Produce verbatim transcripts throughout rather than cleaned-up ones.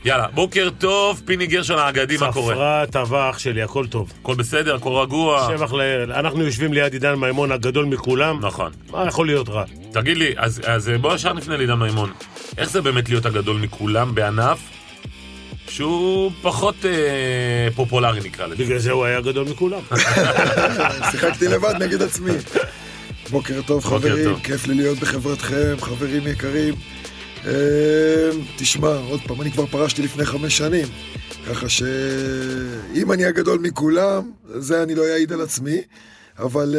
יאללה, בוקר טוב, פיני גרשון האגדי, מה קורה? צפרה, טבח שלי, הכל טוב. הכל בסדר, הכל רגוע. שבח ל... אנחנו יושבים ליד עידן מימון הגדול מכולם. נכון. מה יכול להיות רע? תגיד לי, אז, אז בוא ישר נפנה לעידן מימון. איך זה באמת להיות הגדול מכולם בענף שהוא פחות אה, פופולרי נקרא לזה? בגלל זה הוא היה גדול מכולם. שיחקתי לבד נגד עצמי. בוקר טוב בוקר חברים, טוב. כיף לי להיות בחברתכם, חברים יקרים. תשמע, עוד פעם, אני כבר פרשתי לפני חמש שנים, ככה שאם אני הגדול מכולם, זה אני לא אעיד על עצמי, אבל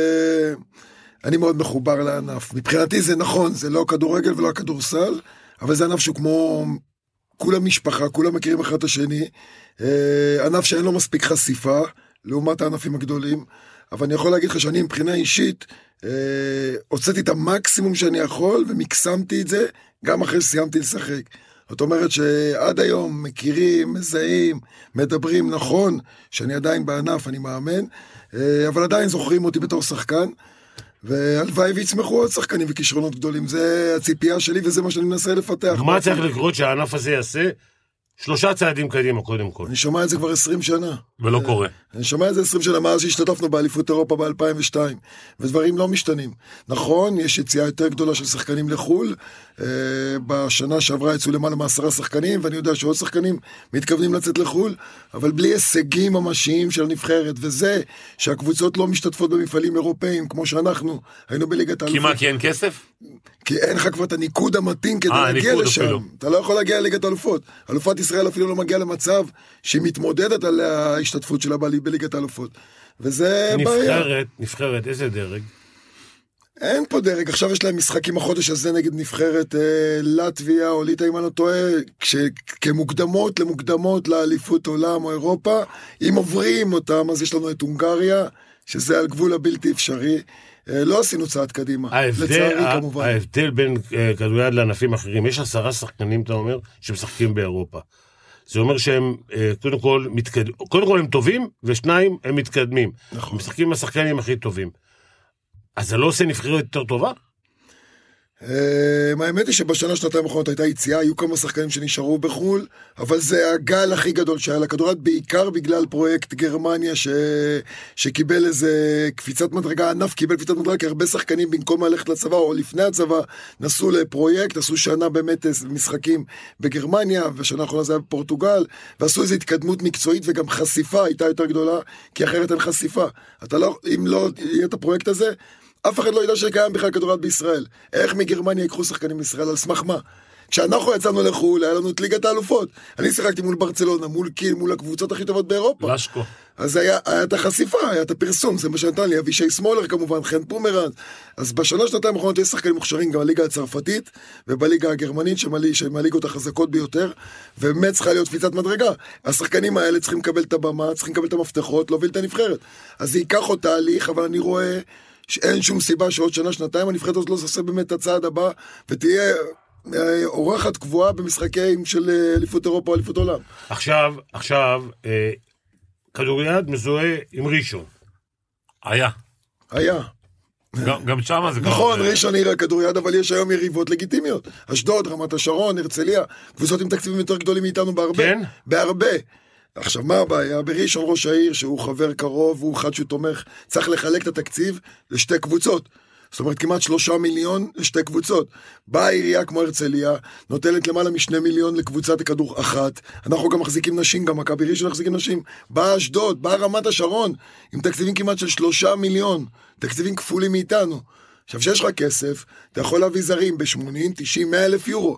אני מאוד מחובר לענף. מבחינתי זה נכון, זה לא כדורגל ולא הכדורסל, אבל זה ענף שהוא כמו כולם משפחה, כולם מכירים אחד את השני, ענף שאין לו מספיק חשיפה, לעומת הענפים הגדולים, אבל אני יכול להגיד לך שאני מבחינה אישית, הוצאתי את המקסימום שאני יכול, ומקסמתי את זה, גם אחרי שסיימתי לשחק. זאת אומרת שעד היום מכירים, מזהים, מדברים נכון, שאני עדיין בענף, אני מאמן, אבל עדיין זוכרים אותי בתור שחקן, והלוואי ויצמחו עוד שחקנים וכישרונות גדולים. זה הציפייה שלי וזה מה שאני מנסה לפתח. מה צריך לקרות שהענף הזה יעשה? שלושה צעדים קדימה קודם כל. אני שומע את זה כבר עשרים שנה. ולא קורה. אני שומע את זה עשרים שנה, מאז שהשתתפנו באליפות אירופה ב-אלפיים ושתיים, ודברים לא משתנים. נכון, יש יציאה יותר גדולה של שחקנים לחול, בשנה שעברה יצאו למעלה מעשרה שחקנים, ואני יודע שעוד שחקנים מתכוונים לצאת לחול, אבל בלי הישגים ממשיים של הנבחרת, וזה שהקבוצות לא משתתפות במפעלים אירופאים, כמו שאנחנו היינו בליגת האלופות. כמעט כי אין כסף? כי אין לך כבר את הניקוד המתאים כדי 아, להגיע לשם. אפילו. אתה לא יכול להגיע לליגת האלופות. אלופת ישראל אפילו לא מגיעה למצב שהיא מתמודדת על ההשתתפות שלה בליגת האלופות. וזה בעיה. נבחרת, נבחרת, איזה דרג? אין פה דרג. עכשיו יש להם משחקים החודש הזה נגד נבחרת אה, לטביה או ליטא, אם אני לא טועה, כש, כמוקדמות למוקדמות לאליפות עולם או אירופה. אם עוברים אותם, אז יש לנו את הונגריה, שזה על גבול הבלתי אפשרי. לא עשינו צעד קדימה, לצערי כמובן. ההבדל בין כדוריד לענפים אחרים, יש עשרה שחקנים, אתה אומר, שמשחקים באירופה. זה אומר שהם, קודם כל, מתקד... קודם כל הם טובים, ושניים הם מתקדמים. נכון. הם משחקים עם השחקנים הכי טובים. אז זה לא עושה נבחרת יותר טובה? האמת היא שבשנה שנתיים האחרונות הייתה יציאה, היו כמה שחקנים שנשארו בחול, אבל זה הגל הכי גדול שהיה לכדוריד, בעיקר בגלל פרויקט גרמניה ש... שקיבל איזה קפיצת מדרגה, ענף קיבל קפיצת מדרגה, כי הרבה שחקנים במקום ללכת לצבא או לפני הצבא, נסעו לפרויקט, עשו שנה באמת משחקים בגרמניה, ושנה האחרונה זה היה בפורטוגל, ועשו איזו התקדמות מקצועית, וגם חשיפה הייתה יותר גדולה, כי אחרת אין חשיפה. אתה לא, אם לא יהיה את הפרויקט הזה, אף אחד לא ידע שקיים בכלל כדוריד בישראל. איך מגרמניה יקחו שחקנים בישראל? על סמך מה? כשאנחנו יצאנו לחול, היה לנו את ליגת האלופות. אני שיחקתי מול ברצלונה, מול קיל, מול הקבוצות הכי טובות באירופה. לשקו. אז היה, היה את החשיפה, היה את הפרסום, זה מה שנתן לי, אבישי סמולר כמובן, חן פומרנד. אז בשנה שנתיים האחרונות יש שחקנים מוכשרים גם בליגה הצרפתית, ובליגה הגרמנית, שהן הליגות החזקות ביותר, ובאמת צריכה להיות קפיצת מדרגה. השחקנים האלה צריכים לקבל את הבמה, צריכים לקבל את המפתחות, להוביל את הנבחרת. אז זה ייקח עוד תהליך, אבל אני רואה שאין שום סיבה שעוד שנה, שנתיים, הנבחרת הזאת לא תעשה באמת את הצעד הבא, ותהיה אורחת קבועה במשחקים של אליפות אירופה או אליפות עולם. עכשיו, עכשיו, אה, כדוריד מזוהה עם ראשון. היה. היה. גם, גם שם זה... נכון, כבר... ראשון עיר הכדוריד, אבל יש היום יריבות לגיטימיות. אשדוד, רמת השרון, הרצליה, קבוצות עם תקציבים יותר גדולים מאיתנו בהרבה. כן? בהרבה. עכשיו, מה הבעיה? בראשון ראש העיר, שהוא חבר קרוב, הוא אחד שהוא תומך, צריך לחלק את התקציב לשתי קבוצות. זאת אומרת, כמעט שלושה מיליון לשתי קבוצות. באה העירייה כמו הרצליה, נותנת למעלה משני מיליון לקבוצת הכדור אחת. אנחנו גם מחזיקים נשים, גם מכבי ראשון מחזיקים נשים. באה אשדוד, באה רמת השרון, עם תקציבים כמעט של שלושה מיליון. תקציבים כפולים מאיתנו. עכשיו, שיש לך כסף, אתה יכול להביא זרים ב-שמונים, תשעים, מאה אלף יורו.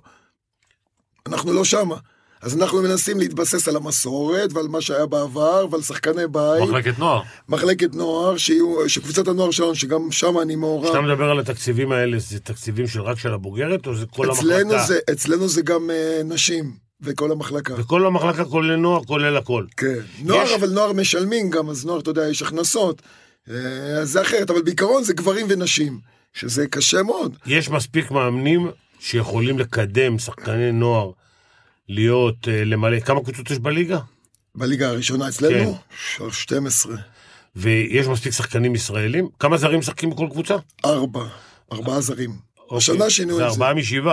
אנחנו לא שמה. אז אנחנו מנסים להתבסס על המסורת ועל מה שהיה בעבר ועל שחקני בית. מחלקת נוער. מחלקת נוער, שיהיו, שקבוצת הנוער שלנו, שגם שם אני מעורב. כשאתה מדבר על התקציבים האלה, זה תקציבים של רק של הבוגרת, או זה כל אצלנו המחלקה? זה, אצלנו זה גם uh, נשים, וכל המחלקה. וכל המחלקה כולל נוער, כולל הכל. כן. נוער, יש... אבל נוער משלמים גם, אז נוער, אתה יודע, יש הכנסות. Uh, זה אחרת, אבל בעיקרון זה גברים ונשים, שזה קשה מאוד. יש מספיק מאמנים שיכולים לקדם שחקני נוער, להיות, uh, למלא, כמה קבוצות יש בליגה? בליגה הראשונה אצלנו? כן. שתים עשרה. ויש מספיק שחקנים ישראלים? כמה זרים משחקים בכל קבוצה? ארבע. ארבעה זרים. אוקיי. השנה שינו את זה. זה. ארבעה משבעה.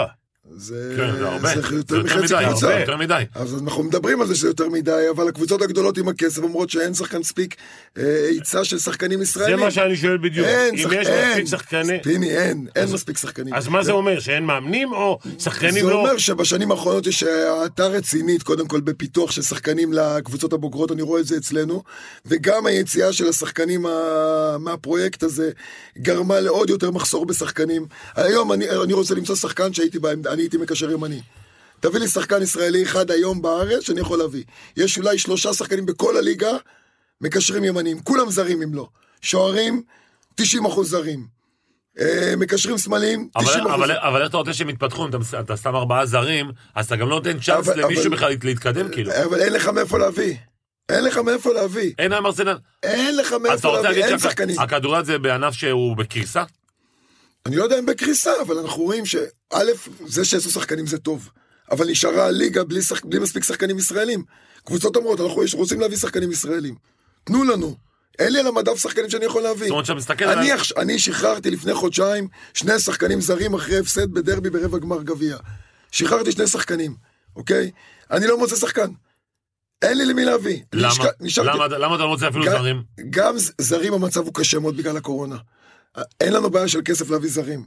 זה, כן, זה הרבה. זה זה יותר יותר מחצי מדי, קבוצה. הרבה, יותר מדי. אז אנחנו מדברים על זה שזה יותר מדי, אבל הקבוצות הגדולות עם הכסף אומרות שאין שחקן ספיק היצע של שחקנים ישראלים. זה מה שאני שואל בדיוק. אין, אם שח... יש אין, מספיק שחקני... פיני, אין, אין מספיק שחקנים. אז מה זה אומר? שאין מאמנים או שחקנים זה לא... אומר שבשנים האחרונות יש האטה רצינית, קודם כל בפיתוח של שחקנים לקבוצות הבוגרות, אני רואה את זה אצלנו, וגם היציאה של השחקנים מהפרויקט הזה גרמה לעוד יותר מחסור בשחקנים. היום אני, אני רוצה למצוא שחקן שהייתי בהם, אני הייתי מקשר ימני. תביא לי שחקן ישראלי אחד היום בארץ שאני יכול להביא. יש אולי שלושה שחקנים בכל הליגה, מקשרים ימניים, כולם זרים אם לא. שוערים, תשעים אחוז זרים. מקשרים שמאליים, תשעים אחוז. אבל, אבל איך אתה רוצה שהם יתפתחו, אם אתה, אתה שם ארבעה זרים, אז אתה גם לא נותן צ'אנס אבל, למישהו אבל, בכלל להתקדם, כאילו. אבל אין לך מאיפה להביא. אין לך מאיפה להביא. אין להם ארסנל. אין לך מאיפה להביא, אין שחקנים. הכדורגל זה בענף שהוא בקריסה? אני לא יודע אם בקריסה, אבל אנחנו רואים שא', זה שעשו שחקנים זה טוב. אבל נשארה הליגה בלי, שח... בלי מספיק שחקנים ישראלים. קבוצות אומרות, אנחנו רוצים להביא שחקנים ישראלים. תנו לנו. אין לי על המדף שחקנים שאני יכול להביא. זאת אומרת שאתה מסתכל אני, על... אני שחררתי לפני חודשיים שני שחקנים זרים אחרי הפסד בדרבי ברבע גמר גביע. שחררתי שני שחקנים, אוקיי? אני לא מוצא שחקן. אין לי למי להביא. למה? נשק... נשארתי... למה? למה אתה לא מוצא אפילו גם, זרים? גם זרים המצב הוא קשה מאוד בגלל הקורונה. אין לנו בעיה של כסף להביא זרים.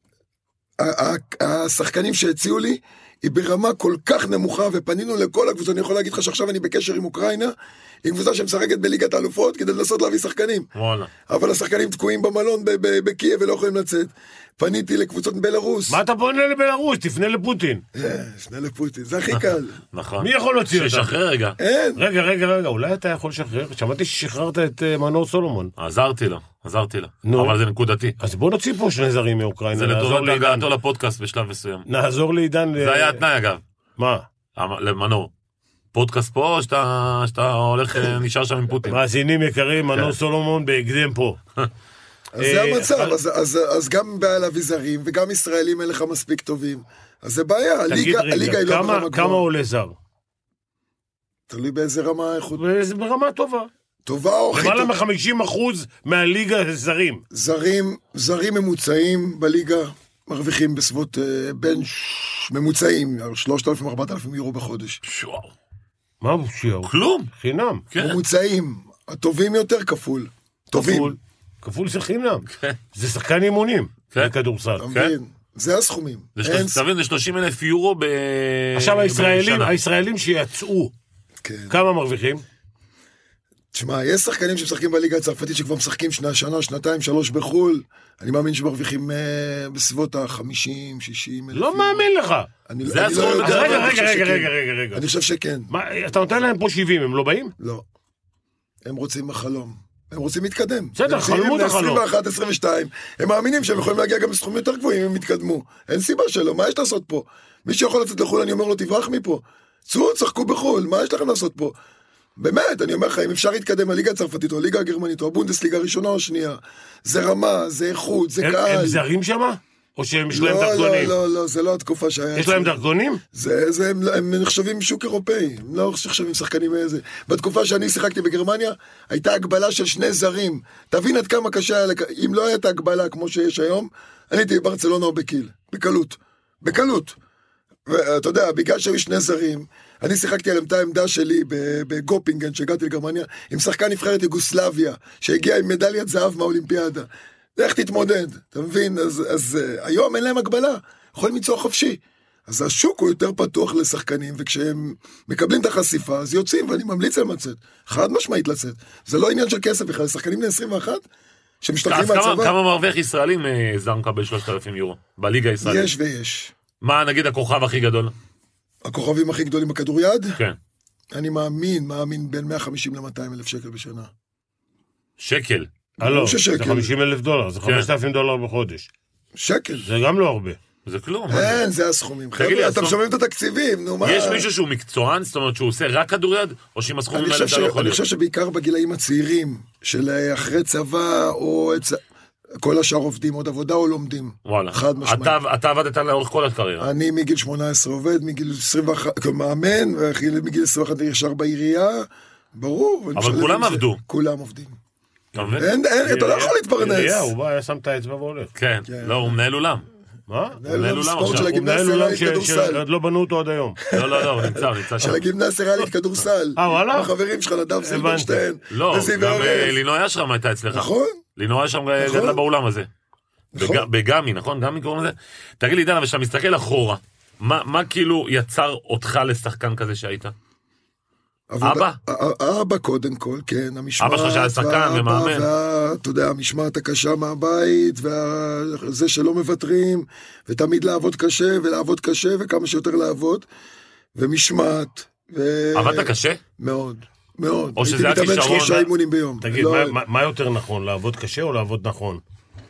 השחקנים שהציעו לי היא ברמה כל כך נמוכה, ופנינו לכל הקבוצות. אני יכול להגיד לך שעכשיו אני בקשר עם אוקראינה, עם קבוצה שמשחקת בליגת האלופות, כדי לנסות להביא שחקנים. וואלה. אבל השחקנים תקועים במלון בקייב ולא יכולים לצאת. פניתי לקבוצות בבלרוס. מה אתה פונה לבלרוס? תפנה לפוטין. תפנה לפוטין, זה הכי קל. נכון. מי יכול להוציא אותם? שישחרר רגע. אין. רגע, רגע, רגע, אולי אתה יכול לשחרר? שמעתי ששחררת את מנור סולומון. עזרתי לו, עזרתי לו. נו. אבל זה נקודתי. אז בוא נוציא פה שני זרים מאוקראינה. זה נעזור לטובת לעידן. הגעתו לפודקאסט בשלב מסוים. נעזור לעידן. זה היה התנאי אגב. מה? למנור. פודקאסט פה או שאתה, שאתה הולך, נשאר שם עם פוטין? מאזינים יקרים, מנור סולומון בהקדם פה. אז זה המצב, אז, אז, אז גם בעיה להביא זרים, וגם ישראלים אין לך מספיק טובים. אז זה בעיה, הליגה, הליגה היא לא ברמה גבוהה. כמה עולה זר? תלוי באיזה רמה איכות. ברמה טובה. טובה או הכי טובה. למעלה מ-חמישים אחוז מהליגה זה זרים. זרים, זרים ממוצעים בליגה, מרוויחים בסביבות בין ממוצעים, שלושת אלפים ארבעת אלפים יורו בחודש. שואו. מה שיעור? כלום. חינם. ממוצעים, הטובים יותר כפול. טובים. כפול זה חינם. זה שחקן אימונים. בכדורסל. אתה מבין? זה הסכומים. תבין, זה שלושים אלף יורו ב... עכשיו הישראלים, הישראלים שיצאו, כמה מרוויחים? תשמע, יש שחקנים שמשחקים בליגה הצרפתית שכבר משחקים שנה, שנה, שנתיים, שלוש בחול. אני מאמין שמרוויחים בסביבות ה-חמישים, שישים אלף. לא מאמין לך. זה הסכום. רגע, רגע, רגע, רגע, רגע. אני חושב שכן. אתה נותן להם פה שבעים, הם לא באים? לא. הם רוצים החלום. הם רוצים להתקדם. בסדר, חלמו את החלום. עשרים ואחת עשרים ושתיים. הם מאמינים שהם יכולים להגיע גם לסכומים יותר גבוהים אם הם יתקדמו. אין סיבה שלא, מה יש לעשות פה? מי שיכול לצאת לחול, אני אומר לו, תברח מפה. צאו, צחקו בחול, מה יש לכם לעשות פה? באמת, אני אומר לך, אם אפשר להתקדם הליגה הצרפתית או הליגה הגרמנית או הבונדסליגה הראשונה או שנייה, זה רמה, זה איכות, זה קהל. הם זרים שמה? או שהם יש להם דרכונים? לא, לא, לא, זה לא התקופה שהיה. יש להם דרכונים? זה, זה, הם, הם נחשבים שוק אירופאי, הם לא נחשבים שחקנים איזה. בתקופה שאני שיחקתי בגרמניה, הייתה הגבלה של שני זרים. תבין עד כמה קשה היה, אם לא הייתה הגבלה כמו שיש היום, אני הייתי בברצלונה או בקיל, בקלות, בקלות. ואתה יודע, בגלל שהיו שני זרים, אני שיחקתי על עמדה העמדה שלי בגופינגן, שהגעתי לגרמניה, עם שחקן נבחרת יוגוסלביה, שהגיע עם מדליית זהב מהאולימפיאדה. איך תתמודד, אתה מבין? אז, אז היום אין להם הגבלה, יכולים למצוא חופשי. אז השוק הוא יותר פתוח לשחקנים, וכשהם מקבלים את החשיפה, אז יוצאים, ואני ממליץ להם לצאת. חד משמעית לצאת. זה לא עניין של כסף בכלל, שחקנים ל-עשרים ואחת, שמשתחררים מהצבא. כמה מרוויח ישראלים זר מקבל שלושת אלפים יורו, בליגה הישראלית? יש ויש. מה נגיד הכוכב הכי גדול? הכוכבים הכי גדולים בכדוריד? כן. אני מאמין, מאמין בין מאה וחמישים למאתיים אלף שקל בשנה. שקל? לא, זה חמישים אלף דולר, זה חמשת אלפים דולר בחודש. שקל. זה גם לא הרבה. זה כלום. אין, זה הסכומים. חבר'ה, אתם שומעים את התקציבים, נו מה... יש מישהו שהוא מקצוען, זאת אומרת שהוא עושה רק כדוריד, או שעם הסכומים האלה אתה לא יכול אני חושב שבעיקר בגילאים הצעירים, של אחרי צבא, או כל השאר עובדים, עוד עבודה או לומדים. וואלה. חד משמעית. אתה עבדת לאורך כל הקריירה. אני מגיל שמונה עשרה עובד, מגיל עשרים ואחת, כמאמן, ומגיל עשרים ואחת ישר בעירייה, ברור. אבל כולם עבדו. כולם עובדים. אתה מבין? אין, אין, אתה לא יכול להתפרנס. עירייה, הוא בא, היה שם את האצבע והולך. כן, לא, הוא מנהל אולם. מה? מנהל ספורט של הוא מנהל הגימנסיה אולם ריאלית כדורסל. שעוד לא בנו אותו עד היום. לא, לא, לא, הוא נמצא, הוא נמצא שם. של הגימנסיה ריאלית כדורסל. אה, וואלה? החברים שלך, נדב סילברשטיין. לא, וזיו גם ארז. לינוי אשרם הייתה אצלך. נכון. לינוי אשרם נכון. גדלה באולם הזה. נכון. בג- בגמי, נכון? גמי קוראים לזה? תגיד לי, דן, אבל כשאתה מסתכל אחורה, מה מה כאילו יצר אותך לשחקן כזה שהיית? אבא? אבא קודם כל, כן, המשמעת. אבא שלך שהיה שחקן ומאמן. אתה יודע, המשמעת הקשה מהבית, וזה שלא מוותרים, ותמיד לעבוד קשה, ולעבוד קשה, וכמה שיותר לעבוד, ומשמעת. עבדת קשה? מאוד, מאוד. או שזה הייתי מתאמן הכישרון, שלושה מה- אימונים ביום. תגיד, לא, מה- מה- מה יותר נכון, לעבוד קשה או לעבוד נכון?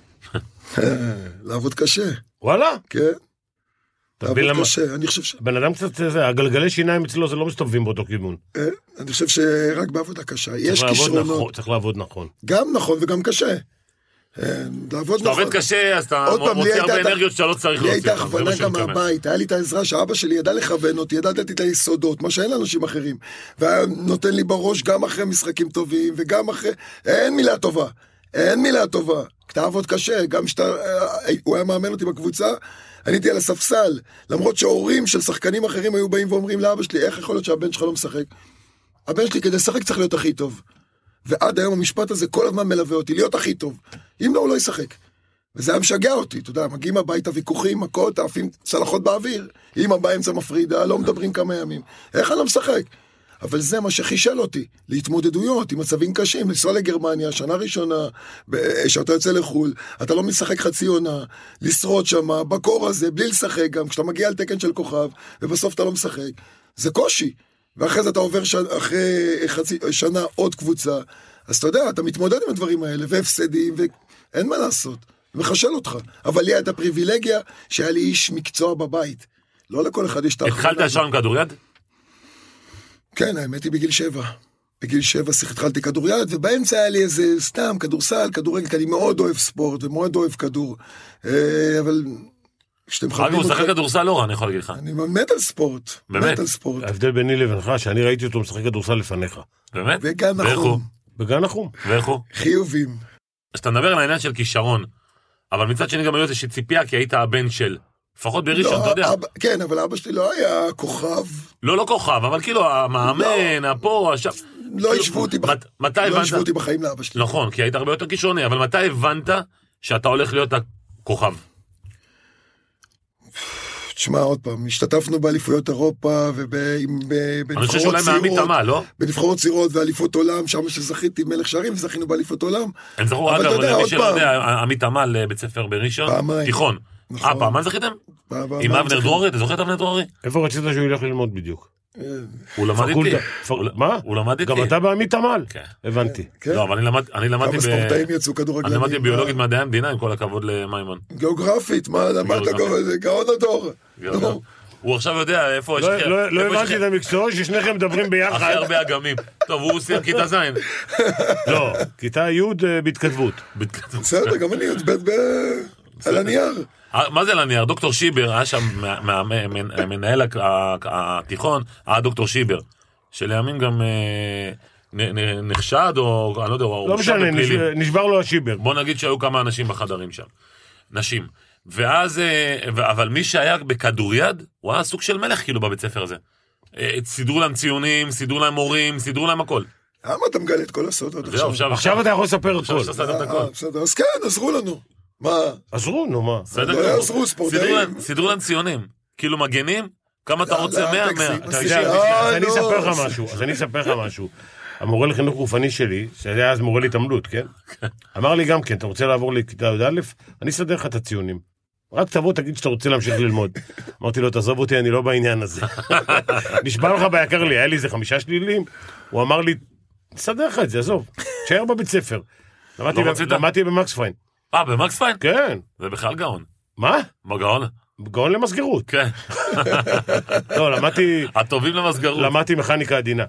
לעבוד קשה, וואלה? כן. אתה מבין לעבוד למה? קשה, אני חושב ש... בן אדם קצת, זה, הגלגלי שיניים אצלו זה לא מסתובבים באותו כיוון. אה, אני חושב שרק בעבודה קשה. יש צריך לעבוד כישרונות. נכון, צריך לעבוד נכון. גם נכון וגם קשה. אה, לעבוד כשאתה נכון. עובד קשה, אז אתה עוד פעם, לי מוציא הייתה הרבה את ה- אנרגיות שאתה לא צריך לי להוציא. הייתה אותן, זה הכוונה מה גם שאני מתכוון. מהבית, היה לי את העזרה שאבא שלי ידע לכוון אותי, ידע לתת לי את היסודות, מה שאין לאנשים אחרים. והיה נותן לי בראש גם אחרי משחקים טובים, וגם אחרי... אין מילה טובה. אין מילה טובה. תעבוד קשה, גם שאתה... הוא היה מאמן אותי בקבוצה, אני הייתי על הספסל, למרות שההורים של שחקנים אחרים היו באים ואומרים לאבא שלי, איך יכול להיות שהבן שלך לא משחק? הבן שלי כדי לשחק צריך להיות הכי טוב. ועד היום המשפט הזה כל הזמן מלווה אותי, להיות הכי טוב. אם לא, הוא לא ישחק. וזה היה משגע אותי, אתה יודע, מגיעים הביתה ויכוחים, מכות, עפים צלחות באוויר, אמא באמצע מפרידה, לא מדברים כמה ימים. איך אני לא משחק? אבל זה מה שחישל אותי, להתמודדויות עם מצבים קשים, לנסוע לגרמניה, שנה ראשונה, שאתה יוצא לחול, אתה לא משחק חצי עונה, לשרוד שמה, בקור הזה, בלי לשחק גם, כשאתה מגיע על תקן של כוכב, ובסוף אתה לא משחק, זה קושי. ואחרי זה אתה עובר ש... אחרי חצי שנה עוד קבוצה, אז אתה יודע, אתה מתמודד עם הדברים האלה, והפסדים, ואין מה לעשות, מחשל אותך. אבל לי הייתה פריבילגיה שהיה לי איש מקצוע בבית. לא לכל אחד יש את האחרונה. התחלת ישר עם כדוריד? כן, האמת היא בגיל שבע. בגיל שבע התחלתי כדוריד, ובאמצע היה לי איזה סתם כדורסל, כדורגל, כי אני מאוד אוהב ספורט, ומאוד אוהב כדור. אבל... רק הוא משחק כדורסל לא רע, אני יכול להגיד לך. אני מת על ספורט. באמת? מת על ספורט. ההבדל ביני לבינך, שאני ראיתי אותו משחק כדורסל לפניך. באמת? וגן ואיך הוא? נחום. בגן נחום. ואיך הוא? חיובים. אז אתה מדבר על העניין של כישרון, אבל מצד שני גם היו איזושהי ציפייה, כי היית הבן של, לפחות בראשון, אתה יודע. אבא, כן, אבל אבא שלי לא היה כוכב. לא, לא כוכב, אבל כאילו המאמן, הפה, השם. לא ישבו אותי בח- מת- מתי לא הבנת? ישבו אותי בחיים לאבא שלי. נכון, כי היית הרבה יותר כישרוני, אבל מתי הבנת שאתה הולך להיות הכוכב? תשמע, עוד פעם, השתתפנו באליפויות אירופה אני חושב שאולי מעמית עמל, לא? בנבחרות צעירות ואליפות עולם, שם שזכיתי מלך שערים וזכינו באליפות עולם. הם זכרו, אבל אגב, אתה יודע, למי עוד שלא פעם. יודע, עמית עמל בית ספר בראשון, פעמיים. תיכון. נכון. אה, פעמיים זכיתם? פעמיים עם אבנר זכינו. דרורי, אתה זוכר את אבנר דרורי? איפה רצית שהוא ילך ללמוד בדיוק? הוא למד איתי. פקולטה- פ- הוא- מה? הוא למד איתי. גם אתה בעמית עמל? כן. הבנתי. כן. לא, אבל אני למד- אני למדתי כמה ב... ספורטאים יצאו אני כדורגלנים. למדתי ביולוגית מדעי המדינה, עם כל הכבוד למימון. גיאוגרפית, מה למדת? גיאוגרפית. זה גאון הדור. נו. הוא עכשיו יודע איפה יש... לא- לא לא איפה יש הבנתי את המקצוע ששניכם מדברים הכי ביחד. הרבה אגמים. טוב, הוא סיים כיתה זין. לא, כיתה י' אה, בהתכתבות. בסדר, גם אני י"ב ב... על הנייר. מה זה על הנייר? דוקטור שיבר, היה שם מה- מה- מה- מנהל הק- ה- התיכון, היה דוקטור שיבר, שלימים גם אה, נ- נ- נחשד, או אני לא יודע, הוא לא הורשע משנה, בפלילים. נש- נשבר לו השיבר. בוא נגיד שהיו כמה אנשים בחדרים שם, נשים. ואז, אה, ו- אבל מי שהיה בכדוריד, הוא היה סוג של מלך כאילו בבית ספר הזה. אה, סידרו להם ציונים, סידרו להם מורים, סידרו להם הכל. למה אתה מגלה את כל הסודות זהו, עכשיו? עכשיו, עכשיו אתה יכול לספר עכשיו הכל. שאתה סדר את אה, הכל. בסדר, אז כן, עזרו לנו. מה? עזרו, נו מה. בסדר לא גמור. יעזרו, ספורטאים. סידרו להם- סידרו להם ציונים. כאילו מגנים, כמה אתה לא, רוצה? לא, מאה, תגזים, מאה. מספיק. אתה תשעים, יודע, תשעים. אז אני נו. אספר לך משהו, אז אני אספר לך משהו. המורה לחינוך גופני שלי, שהיה אז מורה להתעמלות, כן? אמר לי גם כן, אתה רוצה לעבור לכיתה י"א? אני אסדר לך את הציונים. רק תבוא, תגיד שאתה רוצה להמשיך ללמוד. אמרתי לו, תעזוב אותי, אני לא בעניין הזה. נשבע לך ביקר לי, היה לי איזה חמישה שלילים, הוא אמר לי, נסדר לך את זה, עזוב, תשאר בבית ספר. למדתי לא ב- רצית? למדתי במקס פיין. אה, במקס פיין? כן. זה בכלל גאון. מה? מה גאון? גאון למסגרות. כן. לא, למדתי... הטובים למסגרות. למדתי מכניקה עדינה.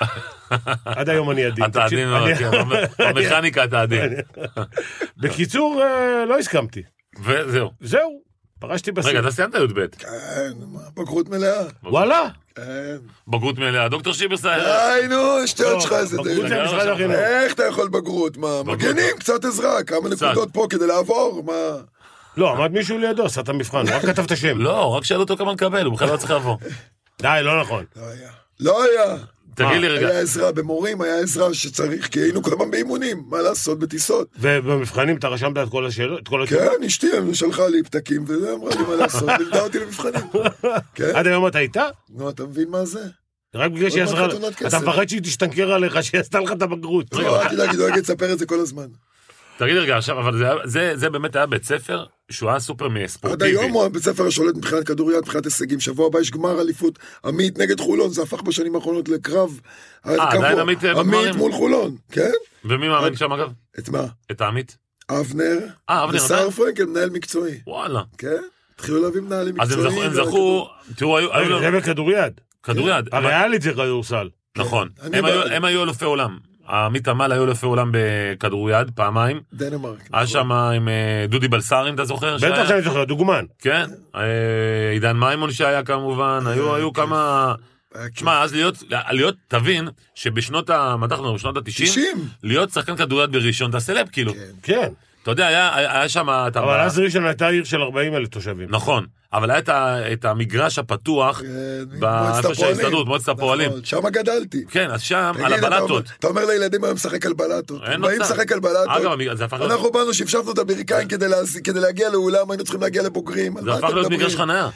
עד היום אני עדין. אתה תקשיב, עדין מאוד, אני- כן, במכניקה אתה עדין. בקיצור, אה, לא הסכמתי. וזהו. זהו, פרשתי בסוף. רגע, אתה סיימת י"ב. כן, מה, בגרות מלאה. וואלה? כן. בגרות מלאה. דוקטור שיברס... די, נו, השטויות שלך איזה בגרות די. זה משרד החינוך. איך אתה יכול בגרות? מה, מגנים, קצת עזרה, כמה נקודות פה כדי לעבור, מה? לא, עמד מישהו לידו, עשה את המבחן, הוא רק כתב את השם. לא, רק שאלו אותו כמה נקבל, הוא בכלל לא צריך לבוא. די, לא נכון. לא היה. לא היה. תגיד לי רגע. היה עזרה במורים, היה עזרה שצריך, כי היינו כל הזמן באימונים, מה לעשות בטיסות. ובמבחנים אתה רשמת את כל השאלות? את כל השאלות? כן, אשתי שלחה לי פתקים, וזה אמרה לי מה לעשות, לימדה אותי למבחנים. עד היום אתה איתה? נו, אתה מבין מה זה? רק בגלל שהיא עזרה, אתה מפחד שהיא תשתנקר עליך, שהיא עשתה לך את הבגרות. לא, אל תדאג, דואגת לספר את זה כל הזמן. תגיד רגע, עכשיו, אבל זה, זה, זה באמת היה בית ספר שהוא היה סופר ספורטיבי. עד היום הוא בית ספר השולט מבחינת כדוריד, מבחינת הישגים. שבוע הבא יש גמר אליפות עמית נגד חולון, זה הפך בשנים האחרונות לקרב. אה, עדיין עמית בגמרים? עמית מול חולון, כן? ומי מאמן שם אגב? את מה? את העמית? אבנר. אה, אבנר. ושר פרנקל, מנהל מקצועי. וואלה. כן? התחילו להביא מנהלים מקצועיים. אז הם זכו, תראו, היו... זה בכדוריד. כדוריד. הריאלית זה כדורסל. נכון. הם היו אלופי עולם. עמית עמל היו אלופי עולם בכדוריד, פעמיים. דנמרק. היה שם עם דודי בלסר, אם אתה זוכר? בטח שאני זוכר, דוגמן. כן. עידן מימון שהיה כמובן, היו כמה... תשמע, אז להיות, להיות, תבין, שבשנות ה... מה אנחנו, בשנות ה-תשעים, להיות שחקן כדוריד בראשון, אתה סלב, כאילו. כן. אתה יודע, היה שם... אבל אז ראשון הייתה עיר של ארבעים אלף תושבים. נכון. אבל היה את המגרש הפתוח, באיפה שההסתדרות, מועצת הפועלים. שם גדלתי. כן, אז שם, על הבלטות. אתה אומר לילדים היום משחק על בלטות. אין באים לשחק על בלטות. אנחנו באנו, שפשפנו את הברכיים כדי להגיע לאולם, היינו צריכים להגיע לבוגרים. זה הפך להיות מגרש חניה.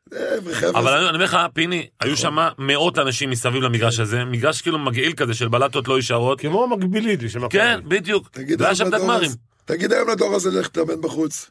אבל אני אומר לך, פיני, היו שם מאות אנשים מסביב למגרש הזה, מגרש כאילו מגעיל כזה של בלטות לא ישרות. כמו המקבילית. כן, בדיוק. והיה שם את הגמרים. תגיד היום לדור הזה לך תאמן בחוץ.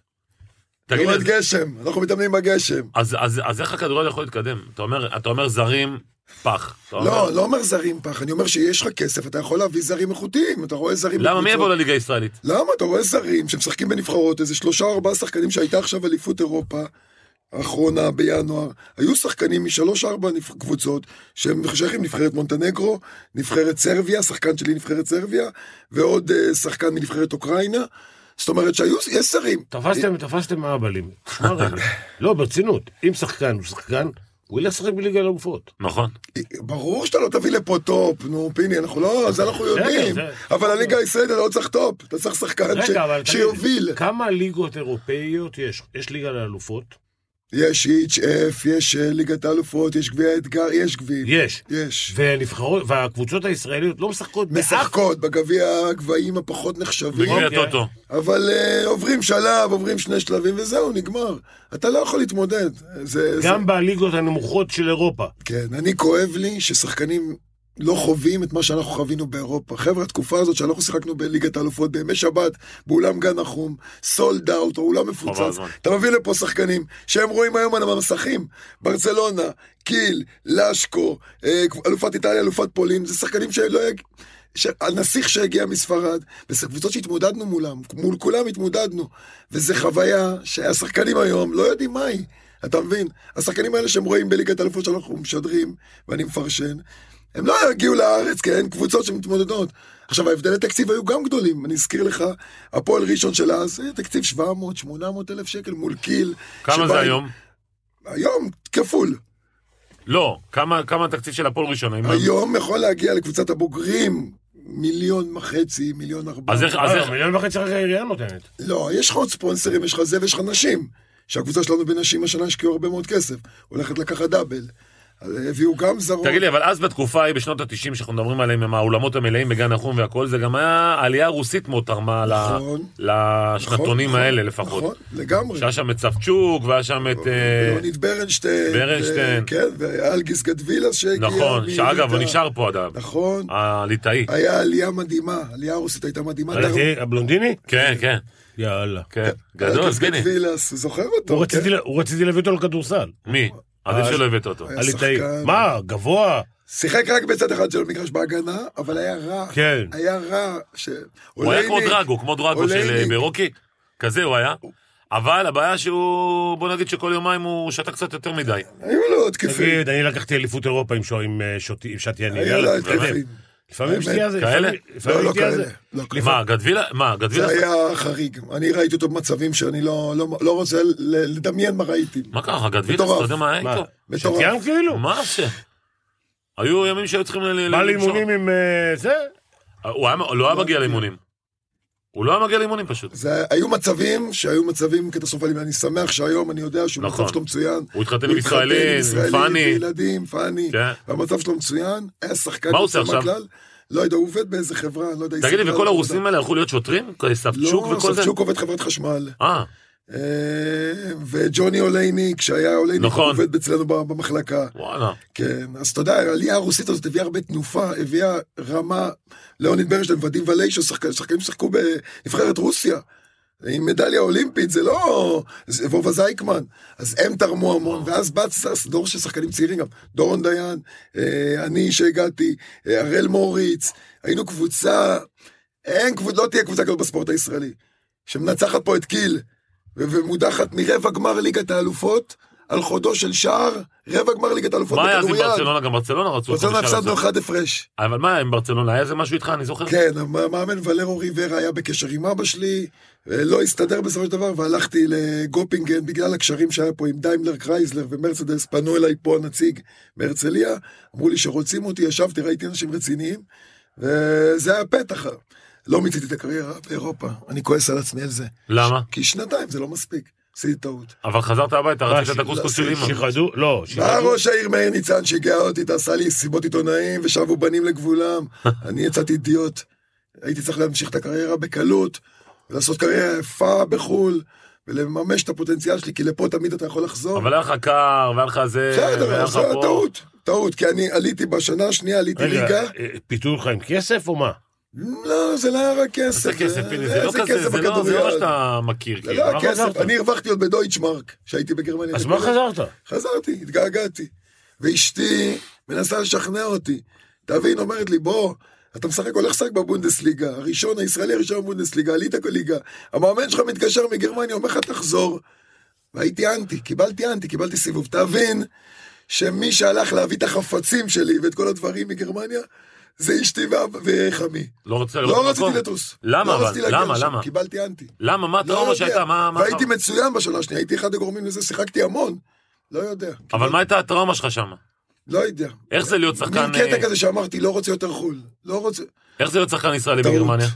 תגיד גשם, אנחנו מתאמנים בגשם. אז, אז, אז איך הכדורגל יכול להתקדם? אתה אומר, אתה אומר זרים פח. לא, לא אומר זרים פח, אני אומר שיש לך כסף, אתה יכול להביא זרים איכותיים, אתה רואה זרים... למה? מי יבוא לליגה הישראלית? למה? אתה רואה זרים שמשחקים בנבחרות, איזה שלושה או ארבעה שחקנים שהייתה עכשיו אליפות אירופה, האחרונה בינואר, היו שחקנים משלוש ארבע קבוצות, שהם שייכים נבחרת מונטנגרו, נבחרת סרביה, שחקן שלי נבחרת סרביה, ועוד שחקן מנבחרת אוקראינה, זאת אומרת שהיו, יש שרים. תפסתם, תפסתם מעבלים. לא, ברצינות. אם שחקן הוא שחקן, הוא ילך לשחק בליגה האלופות. נכון. ברור שאתה לא תביא לפה טופ, נו, פיני, אנחנו לא, זה אנחנו יודעים. אבל הליגה הישראלית אתה לא צריך טופ, אתה צריך שחקן שיוביל. כמה ליגות אירופאיות יש? יש ליגה לאלופות? יש אייץ' אף, יש ליגת האלופות, יש גביע האתגר, יש גביע. יש. יש. ונבחרות, והקבוצות הישראליות לא משחקות באף... משחקות, בגביע הגבהים הפחות נחשבים. בגביע טוטו. אבל uh, עוברים שלב, עוברים שני שלבים, וזהו, נגמר. אתה לא יכול להתמודד. זה, גם זה... בליגות הנמוכות של אירופה. כן, אני כואב לי ששחקנים לא חווים את מה שאנחנו חווינו באירופה. חבר'ה, התקופה הזאת שאנחנו שיחקנו בליגת האלופות, בימי שבת, באולם גן החום, סולד אאוט, או אולם מפוצץ. אתה מביא לפה שחקנים שהם רואים היום על המסכים, ברצלונה, קיל, לשקו, אלופת איטליה, אלופת פולין, זה שחקנים שלא יג... הנסיך שהגיע מספרד, וזה קבוצות שהתמודדנו מולם, מול כולם התמודדנו, וזה חוויה שהשחקנים היום לא יודעים מה היא. אתה מבין? השחקנים האלה שהם רואים בליגת האלופות שאנחנו משדרים, ואני מפרשן, הם לא הגיעו לארץ, כי אין קבוצות שמתמודדות. עכשיו, ההבדלי תקציב היו גם גדולים. אני אזכיר לך, הפועל ראשון של אז, תקציב שבע מאות שמונה מאות אלף שקל מול קיל. כמה זה היום? היום כפול. לא, כמה, כמה התקציב של הפועל ראשון? היום יכול להגיע לקבוצת הבוגרים, מיליון וחצי, מיליון ארבע. אז איך, אז איך? מיליון וחצי רק העירייה נותנת. לא, יש לך עוד ספונסרים, יש לך זה ויש לך נשים. שהקבוצה שלנו בנשים השנה השקיעו הרבה מאוד כסף. הולכת לקחת דאבל. הביאו גם זרות. תגיד לי, אבל אז בתקופה היא בשנות ה-תשעים שאנחנו מדברים עליהם עם האולמות המלאים בגן החום והכל, זה גם היה העלייה הרוסית מאוד תרמה לשנתונים האלה לפחות. נכון, לגמרי. שהיה שם את צפצ'וק, והיה שם את... ליאוניד ברנשטיין. ברנשטיין. כן, ואלגיס גדווילס שהגיע. נכון, שאגב, הוא נשאר פה אדם. נכון. הליטאי. היה עלייה מדהימה, העלייה הרוסית הייתה מדהימה. הבלונדיני? כן, כן. יאללה. כן, גדול, סגני. גדווילס, זוכר אותו. הוא רציתי להביא אותו לכדורסל. מי? עדיף שלא הבאת אותו. הליטאי. מה, גבוה? שיחק רק בצד אחד של המגרש בהגנה, אבל היה רע. כן. היה רע. הוא היה כמו דרגו, כמו דרגו של ברוקי. כזה הוא היה. אבל הבעיה שהוא, בוא נגיד שכל יומיים הוא שתה קצת יותר מדי. היו לו עוד תקפים. תגיד, אני לקחתי אליפות אירופה עם שתייני. היה לו תקפים. לפעמים שתייה זה. כאלה? לא, לא כאלה. מה, גדווילה? מה, גדווילה? זה היה חריג. אני ראיתי אותו במצבים שאני לא רוצה לדמיין מה ראיתי. מה ככה, גדווילה? אתה יודע מה היה איתו? שתיין כאילו? מה זה? היו ימים שהיו צריכים... מה לאימונים עם זה? הוא לא היה מגיע לאימונים. הוא לא היה מגיע לאימונים פשוט. זה, היו מצבים שהיו מצבים קטסטרופליים, אני שמח שהיום אני יודע שהוא נכון. מצב שלו מצוין. הוא התחתן עם ישראלים, עם פאני. ילדים, פאני, כן. והמצב שלו מצוין, היה שחקן. מה הוא עושה עכשיו? כלל, לא יודע, הוא עובד באיזה חברה, לא יודע. תגיד לי, וכל הרוסים האלה הלכו להיות שוטרים? ספצ'וק לא, וכל זה? ספצ'וק עובד חברת חשמל. אה. וג'וני אולייניק, כשהיה אולייניק, הוא עובד אצלנו במחלקה. וואלה. כן, אז אתה יודע, העלייה הרוסית הזאת הביאה הרבה תנופה, הביאה רמה, ליאוניד ברנשטיין, ודים וליישו, שחקנים ששחקו בנבחרת רוסיה, עם מדליה אולימפית, זה לא... זה וובה זייקמן, אז הם תרמו המון, ואז בא דור של שחקנים צעירים גם, דורון דיין, אני שהגעתי, הראל מוריץ, היינו קבוצה, אין קבוצה, לא תהיה קבוצה כזאת בספורט הישראלי, שמנצחת פה את קיל, ומודחת מרבע גמר ליגת האלופות, על חודו של שער, רבע גמר ליגת האלופות בכדוריד. מה היה אז עם ברצלונה? גם ברצלונה רצו... ברצלונה הפסדנו אחד הפרש. אבל מה, עם ברצלונה היה איזה משהו איתך? אני זוכר? כן, המאמן ולרו ריברה היה בקשר עם אבא שלי, לא הסתדר בסופו של דבר, והלכתי לגופינגן, בגלל הקשרים שהיה פה עם דיימלר קרייזלר ומרצדס, פנו אליי פה הנציג מהרצליה, אמרו לי שרוצים אותי, ישבתי, ראיתי אנשים רציניים, וזה היה פתח. לא מיציתי את הקריירה באירופה, אני כועס על עצמי על זה. למה? כי שנתיים זה לא מספיק, עשיתי טעות. אבל חזרת הביתה, רצית את הקוסקוס של אמא. שיחדו, לא, שיחדו. בא ראש העיר מאיר ניצן שהגיע אותי, תעשה לי סיבות עיתונאים, ושבו בנים לגבולם, אני יצאתי אידיוט, הייתי צריך להמשיך את הקריירה בקלות, ולעשות קריירה יפה בחול, ולממש את הפוטנציאל שלי, כי לפה תמיד אתה יכול לחזור. אבל היה לך קר, והיה לך זה, בסדר, זה טעות, טעות, כי אני עליתי בשנה השנייה, עליתי ליגה. פיתו לך עם כסף או מה? לא, זה לא היה רק כסף. זה כסף, זה לא כזה, זה לא מה שאתה מכיר. זה לא היה כסף, אני הרווחתי עוד בדויטשמרק, שהייתי בגרמניה. אז מה חזרת? חזרתי, התגעגעתי. ואשתי מנסה לשכנע אותי. תבין, אומרת לי, בוא, אתה משחק, הולך לשחק בבונדסליגה, הראשון, הישראלי הראשון בבונדסליגה, עלית בליגה, המאמן שלך מתקשר מגרמניה, אומר לך תחזור. והייתי אנטי, קיבלתי אנטי, קיבלתי סיבוב. תבין שמי שהלך להביא את החפצים שלי ואת כל הדברים מגרמניה, זה אשתי וחמי. לא רציתי לא רציתי לטוס. למה אבל? למה? למה? קיבלתי אנטי. למה? מה הטראומה שהייתה? והייתי מצוין בשנה השנייה, הייתי אחד הגורמים לזה, שיחקתי המון. לא יודע. אבל מה הייתה הטראומה שלך שם? לא יודע. איך זה להיות שחקן... מין קטע כזה שאמרתי, לא רוצה יותר חול. לא רוצה... איך זה להיות שחקן ישראלי בגרמניה?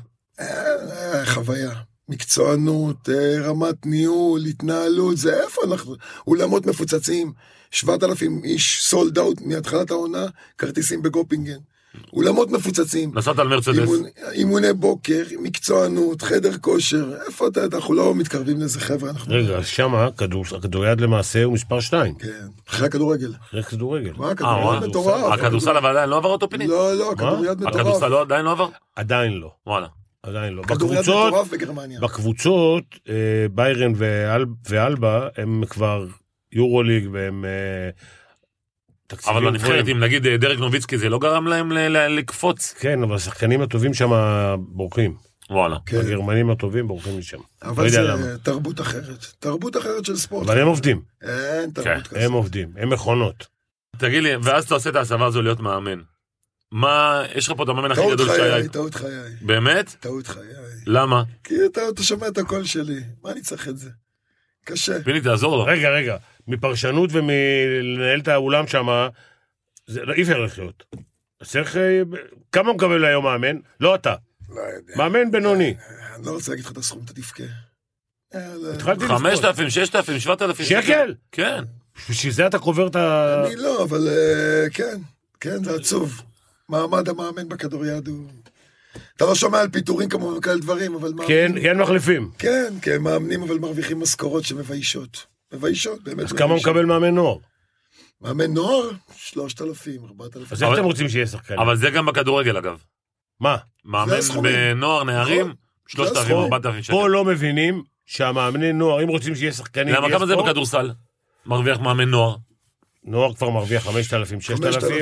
חוויה. מקצוענות, רמת ניהול, התנהלות, זה איפה אנחנו? אולמות מפוצצים, שבעת אלפים איש סולד אאוט מהתחלת העונה, כרטיסים בגופינגן. אולמות מפוצצים. נסעת על מרצדס. אימוני בוקר, מקצוענות, חדר כושר, איפה אתה, אנחנו לא מתקרבים לזה חבר'ה. רגע, שמה, הכדוריד למעשה הוא מספר שתיים. כן, אחרי הכדורגל. אחרי הכדורגל. מה, הכדוריד מטורף. הכדורסל אבל עדיין לא עבר אותו פיני? לא, לא, הכדוריד מטורף. הכדורסל עדיין לא עבר? עדיין לא. וואלה. עדיין לא. כדוריד מטורף בגרמניה. בקבוצות, ביירן ואלבה, הם כבר יורוליג והם... אבל בנבחרת, אם נגיד דרק נוביצקי, זה לא גרם להם לקפוץ? כן, אבל השחקנים הטובים שם בורחים. וואלה. הגרמנים הטובים בורחים משם. אבל זה תרבות אחרת. תרבות אחרת של ספורט. אבל הם עובדים. אין תרבות כזאת. הם עובדים, הם מכונות. תגיד לי, ואז אתה עושה את ההסבה הזו להיות מאמן. מה, יש לך פה את המאמן הכי גדול שהיה? טעות חיי. באמת? טעות חיי. למה? כי אתה שומע את הקול שלי. מה אני צריך את זה? קשה. פיני, תעזור לו. רגע, רגע. מפרשנות ומלנהל את האולם שם, זה לא אפשר לחיות. צריך... כמה מקבל היום מאמן? לא אתה. לא יודע. מאמן בינוני. אני לא רוצה להגיד לך את הסכום, אתה תבכה. חמשת אלפים, ששת אלפים, שבעת אלפים. שקל? כן. בשביל זה אתה קובר את ה... אני לא, אבל כן. כן, זה עצוב. מעמד המאמן בכדוריד הוא... אתה לא שומע על פיתורים כמו וכאלה דברים, אבל... כן, אין מחליפים. כן, כן, מאמנים אבל מרוויחים משכורות שמביישות. מביישות, באמת. אז כמה מקבל מאמן נוער? מאמן נוער? שלושת אלפים, ארבעת אלפים. אז איך אתם רוצים שיהיה שחקנים? אבל זה גם בכדורגל אגב. מה? מאמן בנוער נערים, שלושת אלפים, ארבעת אלפים שקל. פה לא מבינים שהמאמני נוער, אם רוצים שיהיה שחקנים... למה כמה זה בכדורסל? מרוויח מאמן נוער. נוער כבר מרוויח חמשת אלפים, ששת אלפים,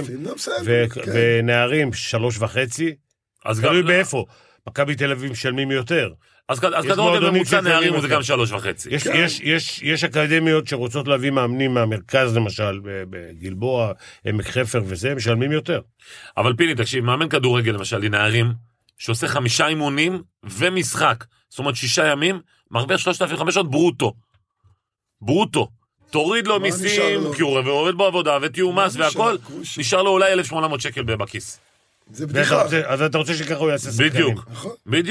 ונערים שלוש וחצי. אז תלוי באיפה. מכבי תל אביב משלמים יותר. אז כדורגל ממוצע נערים זה גם שלוש וחצי. יש אקדמיות שרוצות להביא מאמנים מהמרכז, למשל, בגלבוע, עמק חפר וזה, משלמים יותר. אבל פיני, תקשיב, מאמן כדורגל, למשל, לנערים, שעושה חמישה אימונים ומשחק, זאת אומרת שישה ימים, מרוויח שלושת אלפים וחמש מאות ברוטו. ברוטו. תוריד לו מיסים, כי הוא עובד בעבודה, ותיאום מס והכל, נשאר לו אולי אלף ושמונה מאות שקל בכיס. זה בדיחה. אז אתה רוצה שככה הוא יעשה שחקנים. בדיוק, בדיוק.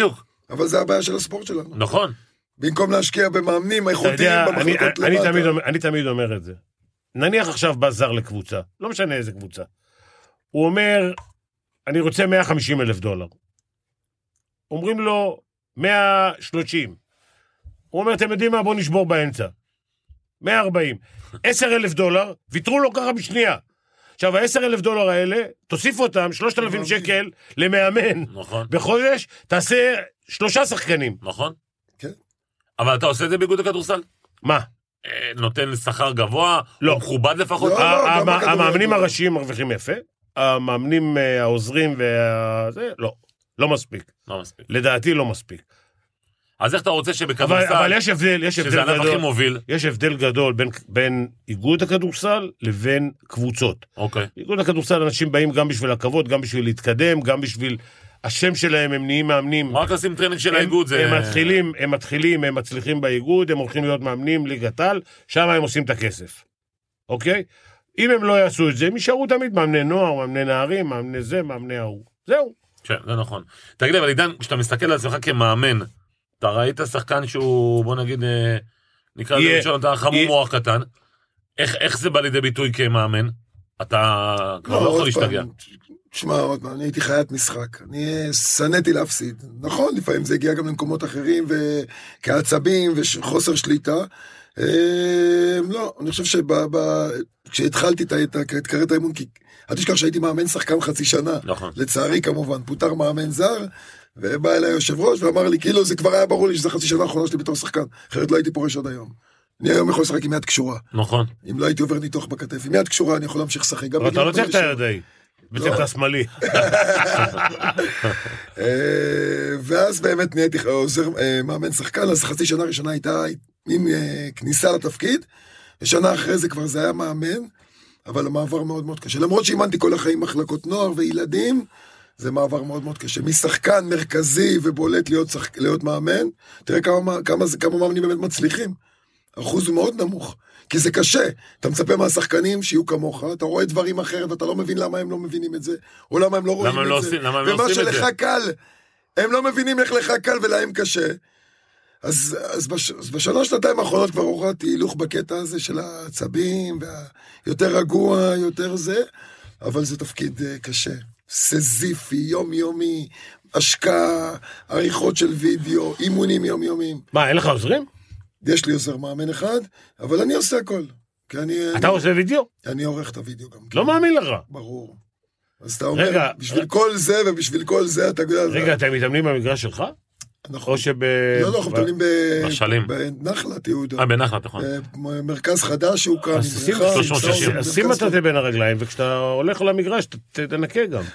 אבל זה הבעיה של הספורט שלנו. נכון. במקום להשקיע במאמנים איכותיים במחלקות אני, למטה. אני, תמיד, אני תמיד אומר את זה. נניח עכשיו בא זר לקבוצה, לא משנה איזה קבוצה. הוא אומר, אני רוצה מאה וחמישים אלף דולר. אומרים לו, מאה ושלושים. הוא אומר, אתם יודעים מה? בוא נשבור באמצע. מאה וארבעים. עשרת אלפים דולר, ויתרו לו ככה בשנייה. עכשיו, ה-עשרת אלפים דולר האלה, תוסיף אותם, שלושת אלפים שקל למאמן. נכון. בחודש, תעשה שלושה שחקנים. נכון. כן. אבל אתה עושה את זה באיגוד הכדורסל? מה? אה, נותן שכר גבוה? לא. או מכובד לפחות? לא, ה- גם המ- בכדורגל. המאמנים הראשיים מרוויחים יפה, המאמנים אה, העוזרים וזה, לא, לא מספיק. לא מספיק. לדעתי לא מספיק. אז איך אתה רוצה אבל, שבכדורסל, אבל יש הבדל, יש שזה הבדל הענף הכי גדול, מוביל? יש הבדל גדול בין, בין איגוד הכדורסל לבין קבוצות. אוקיי. איגוד הכדורסל אנשים באים גם בשביל הכבוד, גם בשביל להתקדם, גם בשביל השם שלהם, הם נהיים מאמנים. רק לשים טרנינג של הם, האיגוד זה... הם מתחילים, הם מתחילים, הם מצליחים באיגוד, הם הולכים להיות מאמנים ליגת העל, שם הם עושים את הכסף. אוקיי? אם הם לא יעשו את זה, הם יישארו תמיד מאמני נוער, מאמני נערים, מאמני זה, מאמני ההוא. זהו. כן, זה נכון. תגיד לי, אבל עידן, כשאתה מסתכל על עצמך כמאמן, אתה ראית שחקן שהוא, בוא נגיד, אה, נקרא לזה ראשון, אתה חמום יהיה. מוח קטן, איך, איך זה בא לידי ביטוי כמאמן? אתה כבר לא יכול להשתגע. תשמע, עוד פעם, אני הייתי חיית משחק, אני שנאתי להפסיד. נכון, לפעמים זה הגיע גם למקומות אחרים, וכעצבים וחוסר שליטה. לא, אני חושב שכשהתחלתי את קריירת האימון, אל תשכח שהייתי מאמן שחקן חצי שנה. נכון. לצערי כמובן, פוטר מאמן זר, ובא אליי יושב ראש ואמר לי, כאילו זה כבר היה ברור לי שזה חצי שנה האחרונה שלי בתור שחקן, אחרת לא הייתי פורש עד היום. אני היום יכול לשחק עם יד קשורה. נכון. אם לא הייתי עובר ניתוח בכתף, עם יד קשורה אני יכול להמשיך לשחק. אבל אתה לא צריך את הידעי, וצריך את השמאלי. ואז באמת נהייתי עוזר מאמן שחקן, אז חצי שנה ראשונה הייתה עם כניסה לתפקיד, ושנה אחרי זה כבר זה היה מאמן, אבל המעבר מאוד מאוד קשה. למרות שאימנתי כל החיים מחלקות נוער וילדים, זה מעבר מאוד מאוד קשה. משחקן מרכזי ובולט להיות, שחק... להיות מאמן, תראה כמה, כמה, כמה מאמנים באמת מצליחים. האחוז הוא מאוד נמוך, כי זה קשה. אתה מצפה מהשחקנים שיהיו כמוך, אתה רואה דברים אחרת, אתה לא מבין למה הם לא מבינים את זה, או למה הם לא רואים את לא זה. עושים, למה הם לא ומה עושים את זה? שלך קל, הם לא מבינים איך לך קל ולהם קשה. אז, אז, בש, אז בשנה שנתיים האחרונות כבר הורדתי הילוך בקטע הזה של העצבים, והיותר רגוע, יותר זה, אבל זה תפקיד uh, קשה. סזיפי, יומיומי, השקעה, עריכות של וידאו, אימונים יומיומיים. מה, אין לך עוזרים? יש לי עוזר מאמן אחד, אבל אני עושה הכל. כי אני, אתה אני, עושה וידאו? אני עורך את הוידאו גם. לא מאמין לך. ברור. אז אתה אומר, רגע, בשביל ר... כל זה ובשביל כל זה, אתה יודע... רגע, אתם מתאמנים במגרש שלך? נכון. או שב... לא, לא, אנחנו מתאמנים בשלים. בנחלת יהודה. אה, בנחלת, נכון. מרכז חדש שהוקם. אז שים את זה בין הרגליים, וכשאתה הולך למגרש, תנקה גם.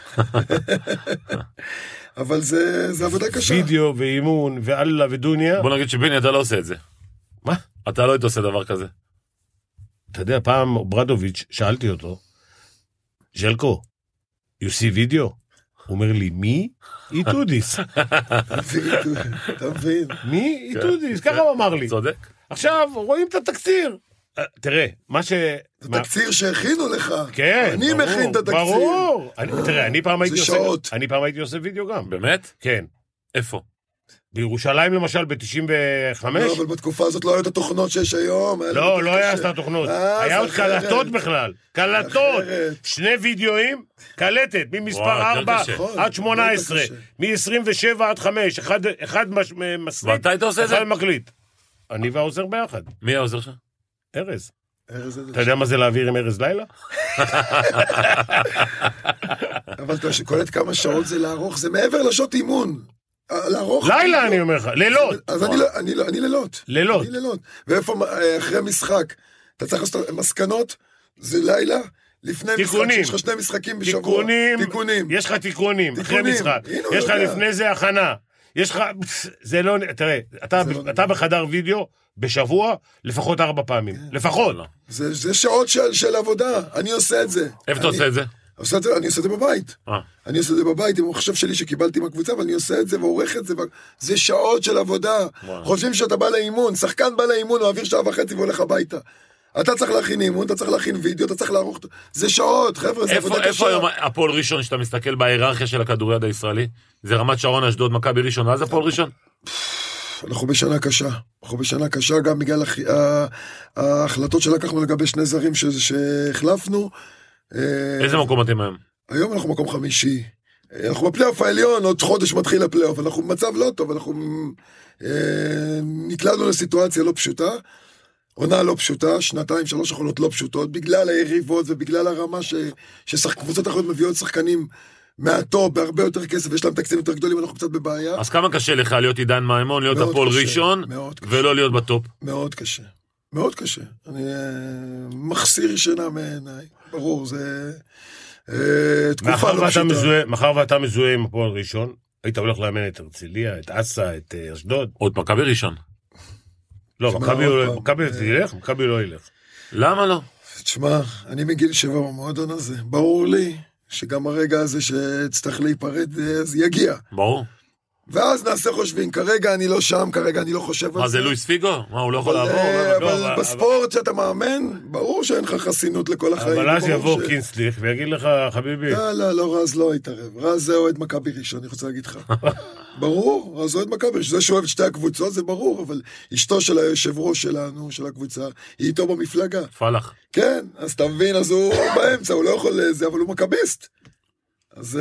אבל זה עבודה קשה. וידאו ואימון ואללה ודוניה. בוא נגיד שביני, אתה לא עושה את זה. מה? אתה לא היית עושה דבר כזה. אתה יודע, פעם ברדוביץ', שאלתי אותו, ז'לקו, you see video? הוא אומר לי, מי? איתודיס. אתה מבין? מי? איתודיס, ככה הוא אמר לי. צודק. עכשיו, רואים את התקציר. תראה, מה ש... זה תקציר שהכינו לך. כן, אני מכין את התקציר. ברור. תראה, אני פעם הייתי עושה... עושה... אני פעם הייתי עושה וידאו גם. באמת? כן. איפה? בירושלים למשל, ב-תשעים וחמש? לא, אבל בתקופה הזאת לא היו את התוכנות שיש היום. לא, לא היה את התוכנות. היה עוד קלטות בכלל. קלטות. שני וידאוים, קלטת, ממספר ארבע עד שמונה עשרה. מ-עשרים ושבע עד חמש. אחד מסליט, ואתה היית עושה את זה? אחד מקליט. אני והעוזר ביחד. מי העוזר שלך? ארז. אתה יודע מה זה להעביר עם ארז לילה? אבל אתה שקולט כמה שעות זה לערוך, זה מעבר לשעות אימון. לילה אני אומר לך, לילות. אז אני לילות. לילות. אני לילות. ואיפה אחרי משחק, אתה צריך לעשות מסקנות, זה לילה, לפני משחק, שיש לך שני משחקים בשבוע. תיקונים. תיקונים. יש לך תיקונים, אחרי משחק. יש לך לפני זה הכנה. יש לך, זה לא, תראה, אתה בחדר וידאו, בשבוע, לפחות ארבע פעמים. לפחות. זה שעות של עבודה, אני עושה את זה. איפה אתה עושה את זה? אני עושה את זה בבית. אני עושה את זה בבית עם המחשב שלי שקיבלתי מהקבוצה, אבל אני עושה את זה ועורך את זה. זה שעות של עבודה. חושבים שאתה בא לאימון, שחקן בא לאימון, הוא מעביר שעה וחצי והולך הביתה. אתה צריך להכין אימון, אתה צריך להכין וידאו, אתה צריך לערוך, זה שעות, חבר'ה, זה עבודה קשה. איפה היום הפועל ראשון שאתה מסתכל בהיררכיה של הכדוריד הישראלי? זה רמת שרון, אשדוד, מכבי ראשון, אז הפועל ראשון? אנחנו בשנה קשה, אנחנו בשנה קשה גם בגלל ההחלטות שלקחנו לגבי שני זרים שהחלפנו. איזה מקום אתם היום? היום אנחנו מקום חמישי. אנחנו בפלייאוף העליון, עוד חודש מתחיל הפלייאוף, אנחנו במצב לא טוב, אנחנו נקלענו לסיטואציה לא פשוטה, עונה לא פשוטה, שנתיים, שלוש אחרונות לא פשוטות, בגלל היריבות ובגלל הרמה שקבוצות אחרות מביאות שחקנים מהטופ, בהרבה יותר כסף, ויש להם תקציבים יותר גדולים, אנחנו קצת בבעיה. אז כמה קשה לך להיות עידן מימון, להיות הפועל ראשון, ולא להיות בטופ? מאוד קשה, מאוד קשה. אני מחסיר שינה מעיניי, ברור, זה תקופה לא פשוטה. מאחר ואתה מזוהה עם הפועל ראשון, היית הולך לאמן את הרצליה, את אסה, את אשדוד. עוד מכבי ראשון. לא, מכבי ילך, מכבי לא ילך. למה לא? תשמע, אני מגיל שבע במועדון הזה, ברור לי שגם הרגע הזה שצריך להיפרד, אז יגיע. ברור. ואז נעשה חושבים, כרגע אני לא שם, כרגע אני לא חושב על זה. מה זה לואיס פיגו? מה, הוא לא יכול לעבור? אבל בספורט שאתה מאמן, ברור שאין לך חסינות לכל החיים. אבל אז יבוא קינסליך ויגיד לך, חביבי. לא, לא, לא, רז לא יתערב. רז זה אוהד מכבי ראשון, אני רוצה להגיד לך. ברור, רז אוהד מכבי ראשון. זה שאוהב את שתי הקבוצות, זה ברור, אבל אשתו של היושב ראש שלנו, של הקבוצה, היא איתו במפלגה. פלח. כן, אז אתה מבין, אז הוא באמצע, הוא לא יכול לזה, אבל הוא מכביסט. אז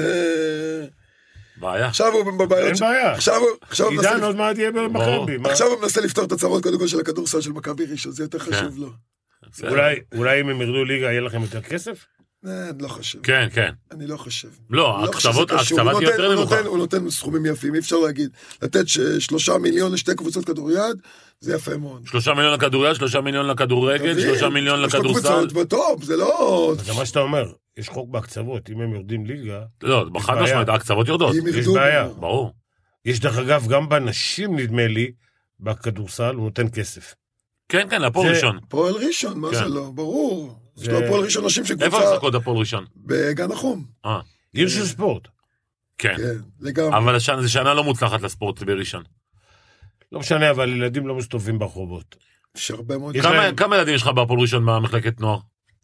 בעיה. עכשיו הוא בבעיות. אין בעיה. עכשיו הוא עידן עוד מעט יהיה במכבי. עכשיו הוא מנסה לפתור את הצרות קודם כל של הכדורסל של מכבי ראשון, זה יותר חשוב לו. אולי אם הם ירדו ליגה יהיה לכם יותר כסף? אני לא חושב. כן, כן. אני לא חושב. לא, הקצוות יותר נמוכה. הוא נותן סכומים יפים, אי אפשר להגיד. לתת שלושה מיליון לשתי קבוצות כדוריד, זה יפה מאוד. שלושה מיליון לכדוריד, שלושה מיליון לכדורגל, שלושה מיליון לכדורסל. יש לו קבוצות בטופ, זה לא... זה מה שאתה אומר. יש חוק בהקצוות, אם הם יורדים ליגה... לא, בחד משמעית, ההקצוות יורדות. יש בעיה. ברור. יש דרך אגב, גם בנשים נדמה לי, בכדורסל הוא נותן כסף. כן, כן, הפועל ראשון. הפועל ראשון, מה זה לא? ברור. יש לו הפועל ראשון נשים שקבוצה... איפה משחקות הפועל ראשון? בגן החום. אה. עיר של ספורט. כן. כן, לגמרי. אבל זו שנה לא מוצלחת לספורט בראשון. לא משנה, אבל ילדים לא מסתובבים ברחובות. יש הרבה מאוד... כמה ילדים יש לך בהפועל ראשון במחלקת נוער?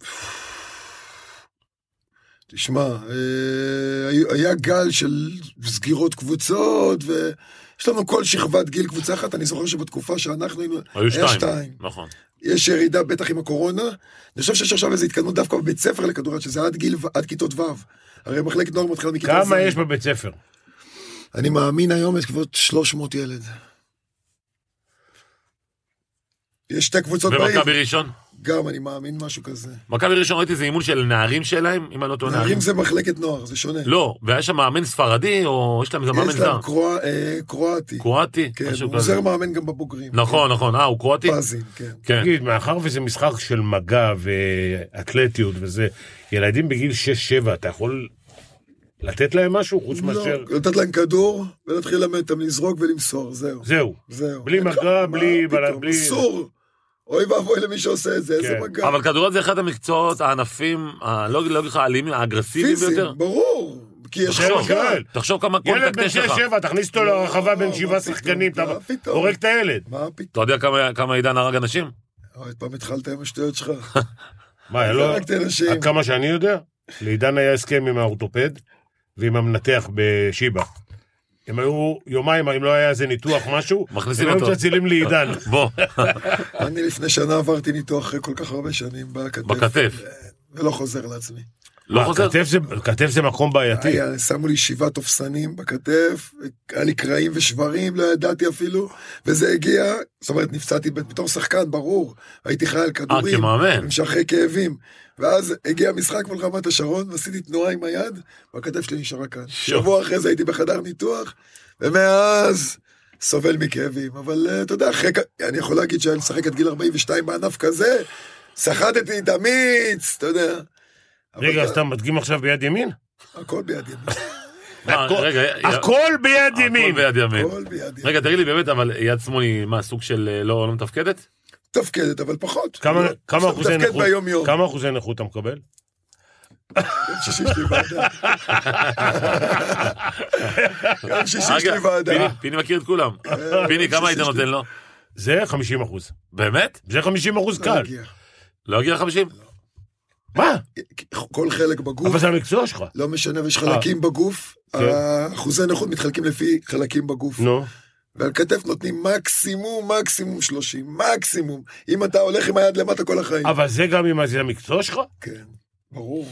תשמע, היה גל של סגירות קבוצות, ויש לנו כל שכבת גיל קבוצה אחת, אני זוכר שבתקופה שאנחנו היינו... היו שתיים, נכון. יש ירידה בטח עם הקורונה, אני חושב שיש עכשיו איזו התקדמות דווקא בבית ספר לכדוריד, שזה עד גיל, עד כיתות ו', הרי מחלקת נוער מתחילה מכיתה ז'. כמה יש בבית ספר? אני מאמין היום, יש כבוד שלוש מאות ילד. יש שתי קבוצות בעיר. ומכבי ראשון? גם, אני מאמין משהו כזה. מכבי ראשון ראיתי, זה אימון של נערים שלהם, אם אני לא טועה נערים. נערים זה מחלקת נוער, זה שונה. לא, ויש שם מאמן ספרדי, או יש להם איזה מאמן זר. יש להם קרואטי. קרואטי? כן, הוא עוזר מאמן גם בבוגרים. נכון, נכון, אה, הוא קרואטי? פזין, כן. תגיד, מאחר וזה משחק של מגע ואתלטיות וזה, ילדים בגיל שש שבע, אתה יכול לתת להם משהו חוץ מאשר... לא, לתת להם כדור, ולהתחיל להם אותם לזרוק ולמסור, זהו. זהו. זהו. בלי מגע, בלי... אסור. אוי ואבוי למי שעושה את זה, איזה מגע. אבל כדוריד זה אחד המקצועות, הענפים, לא אגיד לך, האלימים, האגרסיביים ביותר. פיזיים, ברור. כי יש מגע. תחשוב כמה קונטקט ילד בן שש שבע, תכניס אותו לרחבה בין שבעה שחקנים, אתה הורג את הילד. מה פתאום? אתה יודע כמה עידן הרג אנשים? עוד פעם התחלת עם השטויות שלך. מה, לא? עד כמה שאני יודע, לעידן היה הסכם עם האורתופד, ועם המנתח בשיבה. הם היו יומיים, אם לא היה איזה ניתוח משהו, מכניסים אותו. הם מצצילים לעידן. בוא. אני לפני שנה עברתי ניתוח אחרי כל כך הרבה שנים בכתף. בכתף. ולא חוזר לעצמי. לא חוזר? כתף זה מקום בעייתי. שמו לי שבעה תופסנים בכתף, היה לי קרעים ושברים, לא ידעתי אפילו, וזה הגיע, זאת אומרת, נפצעתי בתור שחקן, ברור, הייתי חייל כדורים. אה, כמאמן. משחררי כאבים. ואז הגיע משחק מול רמת השרון, ועשיתי תנועה עם היד, והכתף שלי נשארה כאן. שבוע אחרי זה הייתי בחדר ניתוח, ומאז סובל מכאבים. אבל אתה יודע, אני יכול להגיד שאני משחק את גיל ארבעים ושתיים בענף כזה, שחדתי את המיץ, אתה יודע. רגע, אז אתה מדגים עכשיו ביד ימין? הכל ביד ימין. הכל ביד ימין. הכל ביד ימין. הכל ביד ימין. רגע, תגיד לי באמת, אבל יד שמאלי, מה, סוג של לא מתפקדת? תפקדת, אבל פחות. כמה אחוזי נכות אתה מקבל? גם שישי שלי ועדה. גם שישי שלי ועדה. פיני מכיר את כולם. פיני, כמה היית נותן לו? זה חמישים אחוז. באמת? זה חמישים אחוז קל. לא יגיע ל-חמישים? מה? כל חלק בגוף, אבל זה המקצוע שלך. לא משנה, ויש חלקים בגוף, האחוזי נכות מתחלקים לפי חלקים בגוף. נו. ועל כתף נותנים מקסימום, מקסימום שלושים, מקסימום. אם אתה הולך עם היד למטה כל החיים. אבל זה גם אם זה המקצוע שלך? כן, ברור.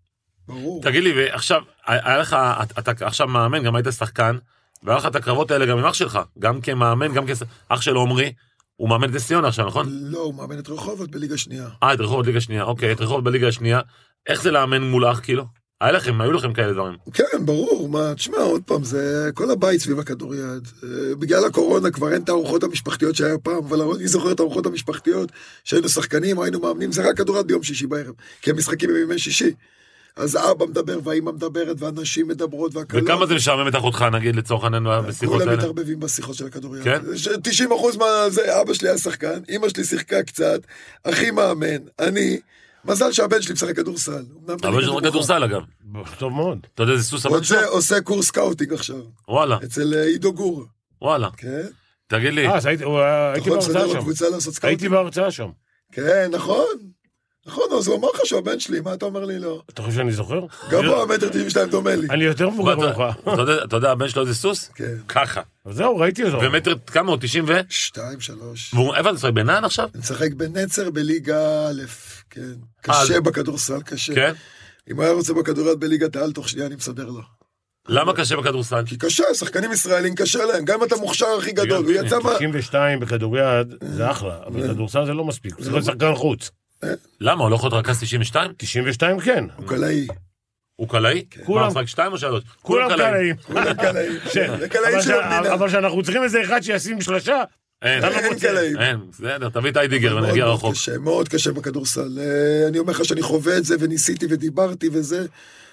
ברור. תגיד לי, ועכשיו, היה לך, אתה עכשיו מאמן, גם היית שחקן, והיה לך את הקרבות האלה גם עם אח שלך, גם כמאמן, גם כאח של עומרי, הוא מאמן את נס ציונה עכשיו, נכון? לא, הוא מאמן את רחובות בליגה שנייה. אה, את רחובות בליגה שנייה, אוקיי, את רחובות בליגה השנייה. איך זה לאמן מול אח, כאילו? היה לכם, היו לכם כאלה דברים. כן, ברור, מה, תשמע, עוד פעם, זה כל הבית סביב הכדוריד. בגלל הקורונה כבר אין את הארוחות המשפחתיות שהיה פעם, אבל אני זוכר את הארוחות המשפחתיות, שהיינו שחקנים, היינו מאמנים, זה רק כדוריד ביום שישי בערב, כי המשחקים הם בימי שישי. אז האבא מדבר, והאמא מדברת, ואנשים מדברות, והקלות. וכמה זה משעמם את אחותך, נגיד, לצורך העניין בשיחות האלה? כולם מתערבבים בשיחות של הכדוריד. כן? תשעים אחוז מה זה, אבא שלי היה שחקן, אמא שלי שיחקה קצת, אחי מאמן, אני, מזל שהבן שלי משחק כדורסל. הבן שלי כדורסל, אגב. טוב מאוד. אתה יודע, זה סוס הבן שלו? עושה קורס סקאוטינג עכשיו. וואלה. אצל עידו גור. וואלה. כן. תגיד לי. אה, אז הייתי בהרצאה שם. הייתי בהרצאה שם. כן, נכון. נכון, אז הוא אמר לך שהוא הבן שלי, מה אתה אומר לי לא? אתה חושב שאני זוכר? גבוה, מטר תשעים ושתיים דומה לי. אני יותר מבוגר ממך. אתה יודע, הבן שלו זה סוס? כן. ככה. זהו, ראיתי אותו. ומטר כמה הוא? תשעים ו? שתיים, שלוש. ואיפה אתה משחק? בנען עכשיו? אני משחק בנצר בליגה א', כן. קשה בכדורסל, קשה. כן? אם היה רוצה בכדוריד בליגת העל, תוך שנייה אני מסדר לו. למה קשה בכדורסל? כי קשה, שחקנים ישראלים קשה להם, גם אם אתה מוכשר הכי גדול, הוא יצא מה... תשעים ושתיים בכדוריד זה אחלה, אבל בכדורסל זה לא מספיק, הוא צריך לשחקן חוץ. למה? הוא לא יכול להיות רכז תשעים ושתיים? תשעים ושתיים כן. הוא קלעי. הוא קלעי? כולם. מה, רק שתיים או שלוש? כולם קלעים. כולם קלעים. זה קלעים של המדינה. אבל שאנחנו צריכים איזה אחד שישים שלושה. אין, אין קלעים. אין, בסדר, תביא את איידיגר ונגיע רחוק. קשה, מאוד קשה בכדורסל. אני אומר לך שאני חווה את זה וניסיתי ודיברתי וזה.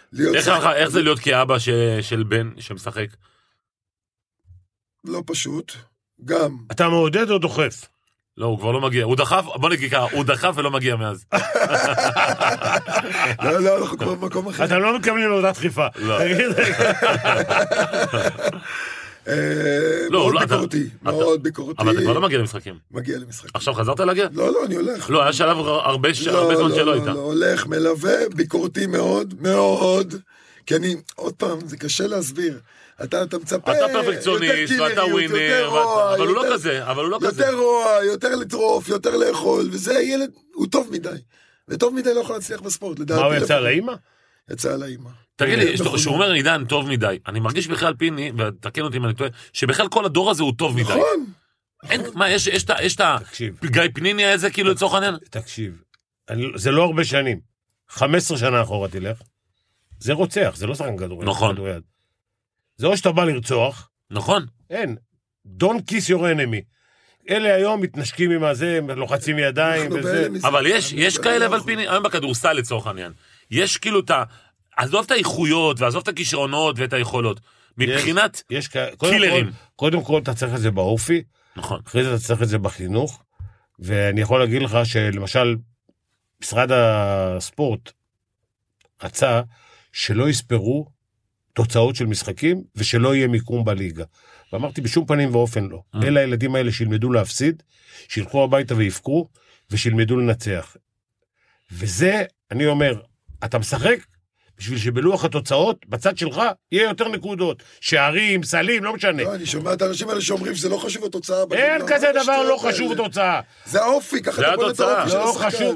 איך זה להיות כאבא של בן שמשחק? לא פשוט. גם. אתה מעודד או דוחף? לא, הוא כבר לא מגיע. הוא דחף, בוא נגיד ככה, הוא דחף ולא מגיע מאז. לא, לא, אנחנו כבר במקום אחר. אתם לא מקבלים להודעת דחיפה. לא. מאוד ביקורתי, מאוד ביקורתי. אבל אתה כבר לא מגיע למשחקים. מגיע למשחקים. עכשיו חזרת להגיע? לא, לא, אני הולך. לא, היה שלב הרבה זמן שלא הייתה. לא, לא, הולך, מלווה, ביקורתי מאוד, מאוד. כי אני, עוד פעם, זה קשה להסביר. אתה, אתה מצפה... אתה פרפקציוניסט, ואתה ווינר, אבל הוא לא כזה, אבל הוא לא כזה. יותר רוע, יותר לטרוף, יותר לאכול, וזה ילד, הוא טוב מדי. וטוב מדי לא יכול להצליח בספורט, לדעתי. מה, הוא יצא על האמא? יצא על האמא. תגיד לי, שהוא אומר עידן טוב מדי, אני מרגיש בכלל פיני, ותקן אותי אם אני טועה, שבכלל כל הדור הזה הוא טוב מדי. נכון. מה, יש את הגיא פניני הזה, כאילו לצורך העניין? תקשיב, זה לא הרבה שנים. חמש עשרה שנה אחורה תלך. זה רוצח, זה לא שחקן כדוריד. נכון. זה או שאתה בא לרצוח. נכון. אין. Don't kiss your enemy. אלה היום מתנשקים עם הזה, לוחצים ידיים וזה. אבל יש, יש כאלה, אבל פיני, היום בכדורסל לצורך העניין. יש כאילו את ה... עזוב את האיכויות, ועזוב את הכישרונות ואת היכולות. מבחינת יש, יש קילרים. קודם כל, קודם כל אתה צריך את זה באופי. נכון. אחרי זה אתה צריך את זה בחינוך. ואני יכול להגיד לך שלמשל, משרד הספורט רצה שלא יספרו תוצאות של משחקים, ושלא יהיה מיקום בליגה. ואמרתי, בשום פנים ואופן לא. Mm. אלה הילדים האלה שילמדו להפסיד, שילכו הביתה ויפקרו, ושילמדו לנצח. וזה, אני אומר, אתה משחק, בשביל שבלוח התוצאות, בצד שלך, יהיה יותר נקודות. שערים, סלים, לא משנה. לא, אני שומע את האנשים האלה שאומרים שזה לא חשוב התוצאה. אין כזה דבר לא חשוב התוצאה. זה האופי, ככה אתה בוא את האופי של השחקן. לא חשוב.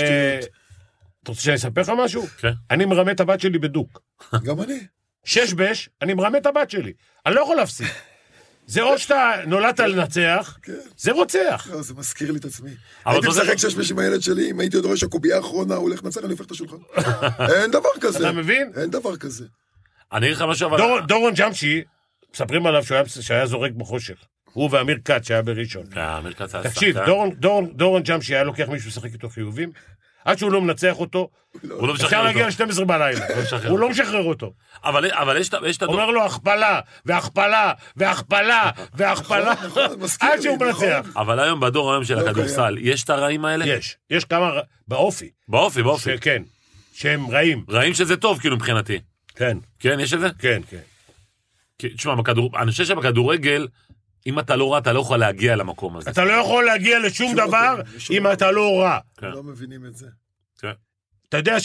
אתה רוצה שאני אספר לך משהו? כן. אני מרמה את הבת שלי בדוק. גם אני. שש בש, אני מרמה את הבת שלי. אני לא יכול להפסיד. זה או שאתה נולדת לנצח, זה רוצח. לא, זה מזכיר לי את עצמי. הייתי משחק שש בש עם הילד שלי, אם הייתי עוד רואה שהקובייה האחרונה הוא הולך לנצח, אני הופך את השולחן. אין דבר כזה. אתה מבין? אין דבר כזה. אני אגיד לך משהו, אבל... דורון ג'אמשי, מספרים עליו שהיה זורק בחושך. הוא ואמיר קאט שהיה בראשון. תקשיב, דורון ג'אמשי היה לוקח מישהו לשחק איתו חיובים, עד שהוא לא מנצח אותו, אפשר להגיע ל-שתים עשרה בלילה. הוא לא משחרר אותו. אבל יש את... אומר לו הכפלה, והכפלה, והכפלה, והכפלה, עד שהוא מנצח. אבל היום בדור היום של הכדורסל, יש את הרעים האלה? יש. יש כמה... באופי. באופי, באופי. כן. שהם רעים. רעים שזה טוב, כאילו, מבחינתי. כן. כן, יש את זה? כן, כן. תשמע, אני חושב שבכדורגל, אם אתה לא רע, אתה לא יכול להגיע למקום הזה. אתה לא יכול להגיע לשום דבר אם אתה לא רע. לא מבינים את זה. אתה יודע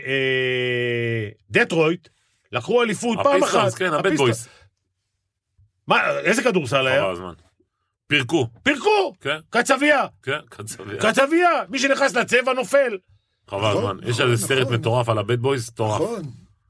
שדטרויט לקחו אליפות פעם אחת. הפיסטונס, כן, הבד בויס. מה, איזה כדורסל היה? חבל הזמן. פירקו. פירקו! כן. קצביה. כן, קצביה. קצביה. מי שנכנס לצבע נופל. חבל הזמן. יש איזה סרט מטורף על הבד בויס, מטורף. נכון.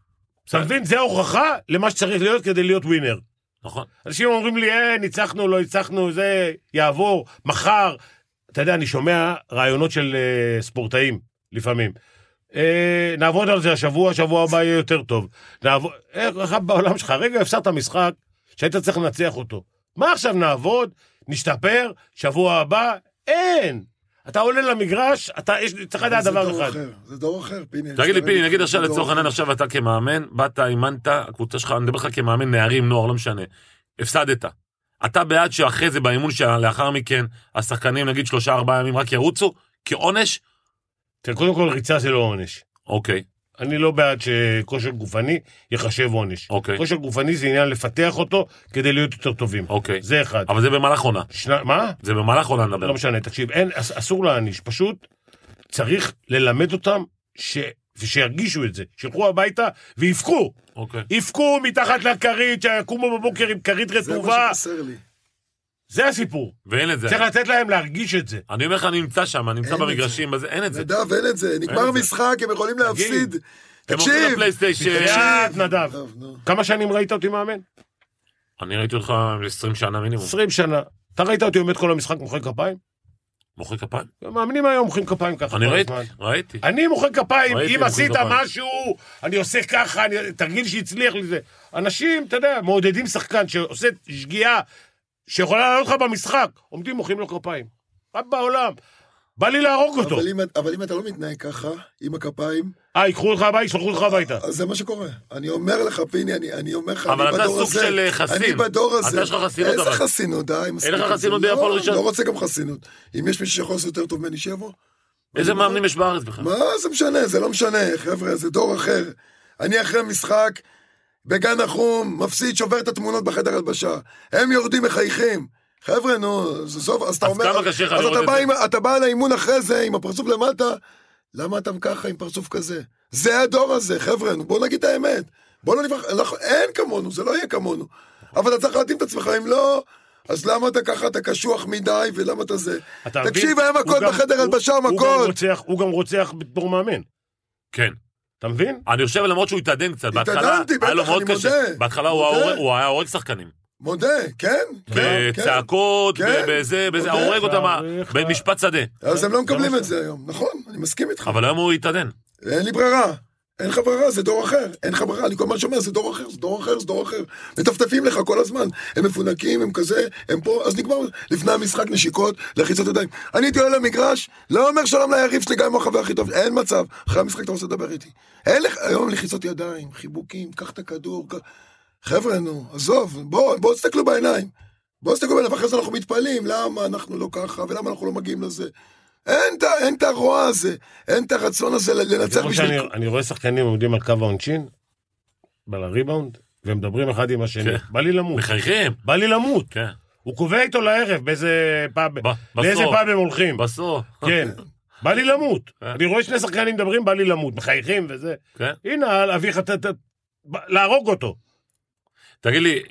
אתה מבין, זה ההוכחה למה שצריך להיות כדי להיות ווינר. נכון. אנשים אומרים לי, אה, ניצחנו, לא ניצחנו, זה יעבור, מחר. אתה יודע, אני שומע רעיונות של uh, ספורטאים, לפעמים. Uh, נעבוד על זה השבוע, השבוע הבא יהיה יותר טוב. נעבוד, איך בעולם שלך, רגע, הפסדת משחק, שהיית צריך לנצח אותו. מה עכשיו נעבוד, נשתפר, שבוע הבא? אין. אתה עולה למגרש, אתה, יש, צריך לדעת דבר אחד. אחר, זה דור אחר, פיני. תגיד לי, פיני, נגיד עכשיו לצורך העניין, עכשיו אתה כמאמן, באת, אימנת, הקבוצה שלך, אני מדבר לך כמאמן, נערים, נוער, לא משנה. הפסדת. אתה בעד שאחרי זה, באימון שלאחר מכן, השחקנים, נגיד שלושה, ארבעה ימים, רק ירוצו, כעונש? קודם כל, ריצה זה לא עונש. אוקיי. אני לא בעד שכושר גופני יחשב עונש. אוקיי. כושר גופני זה עניין לפתח אותו, כדי להיות יותר טובים. אוקיי. זה אחד. אבל זה במהלך עונה. שנה, מה? זה במהלך עונה נדבר. לא משנה, תקשיב, אין, אסור להעניש, פשוט צריך ללמד אותם ש... ושירגישו את זה, שילכו הביתה ויפקו. אוקיי. יפקו מתחת לכרית, שיקומו בבוקר עם כרית רטובה. זה מה שחסר לי. זה הסיפור. ואין את זה. צריך לתת להם להרגיש את זה. אני אומר לך, אני נמצא שם, אני נמצא במגרשים, אין את זה. נדב, אין את זה. נגמר משחק, הם יכולים להפסיד. תקשיב. תקשיב, נדב. כמה שנים ראית אותי מאמן? אני ראיתי אותך עשרים שנה מינימום. עשרים שנה. אתה ראית אותי עומד כל המשחק מוחא כפיים? מוחא כפיים? מאמנים היום מוחאים כפיים ככה. אני ראיתי, ראיתי. אני מוחא כפיים, אם עשית משהו, אני עושה ככה, תרגיל שהצליח לזה. אנשים, אתה יודע, מעודדים שחקן שעושה שגיאה, שיכולה לעלות לך במשחק, עומדים מוחאים לו כפיים. רק בעולם. בא לי להרוג אותו. אבל אם, אבל אם אתה לא מתנהג ככה, עם הכפיים... אה, ייקחו לך הביתה, ישלחו לך הביתה. אז זה מה שקורה. אני אומר לך, פיני, אני, אני אומר לך, אבל אני אתה בדור סוג הזה. של חסין. אני בדור הזה. אתה יש לך חסינות. איזה אבל. חסינות, די. אין לך חסינות בהפועל ראשון? לא רוצה גם חסינות. אם יש מישהו שיכול לעשות יותר טוב ממני, שיבוא. איזה מאמנים יש בארץ בכלל? מה זה משנה? זה לא משנה, חבר'ה, זה דור אחר. אני אחרי משחק, בגן החום, מפסיד, שובר את התמונות בחדר הלבשה. הם יורדים מחייכים. חבר'ה, נו, זה סוף, אז אתה אומר, אז אתה בא, עם, אתה בא לאימון אחרי זה, עם הפרצוף למטה, למה אתה ככה עם פרצוף כזה? זה הדור הזה, חבר'ה, נו, בוא נגיד את האמת, בוא לא נברח, אין כמונו, זה לא יהיה כמונו, אבל אתה צריך להתאים את עצמך, אם לא, אז למה אתה ככה, אתה קשוח מדי, ולמה אתה זה? תקשיב, היה מכות בחדר הלבשה, מכות. הוא גם רוצח בתור מאמן. כן. אתה מבין? אני חושב למרות שהוא התעדן קצת, התעדנתי, בטח, אני מודה. בהתחלה הוא היה הורג שחקנים. מודה, כן? בצעקות, בזה, בזה, הורג אותם במשפט שדה. אז הם לא מקבלים את זה היום, נכון, אני מסכים איתך. אבל היום הוא התעדן. אין לי ברירה, אין לך ברירה, זה דור אחר, אין לך ברירה, אני כל מה שאומר, זה דור אחר, זה דור אחר, זה דור אחר. מטפטפים לך כל הזמן, הם מפונקים, הם כזה, הם פה, אז נגמר, לפני המשחק נשיקות, לחיצות ידיים. אני הייתי עולה למגרש, לא אומר שלום ליריב שלי, גם עם החבר הכי טוב, אין מצב, אחרי המשחק אתה רוצה לדבר איתי. אין לך, היום לחיצות ידיים, חיבוקים, קח את הכדור, חבר'ה, נו, עזוב, בואו, בואו תסתכלו בעיניים. בואו תסתכלו בעיניים, ואחרי זה אנחנו מתפעלים, למה אנחנו לא ככה, ולמה אנחנו לא מגיעים לזה. אין, אין את הרוע הזה, אין את הרצון הזה לנצח בשביל... אני רואה שחקנים עומדים על קו העונשין, בריבאונד, והם מדברים אחד עם השני. בא לי למות. מחייכים. בא לי למות. הוא קובע איתו לערב, באיזה פאב, באיזה פאב הם הולכים. בסוף. כן. בא לי למות. אני רואה שני שחקנים מדברים, בא לי למות. מחייכים וזה. הנה, אביך, להרוג אותו. תגיד לי,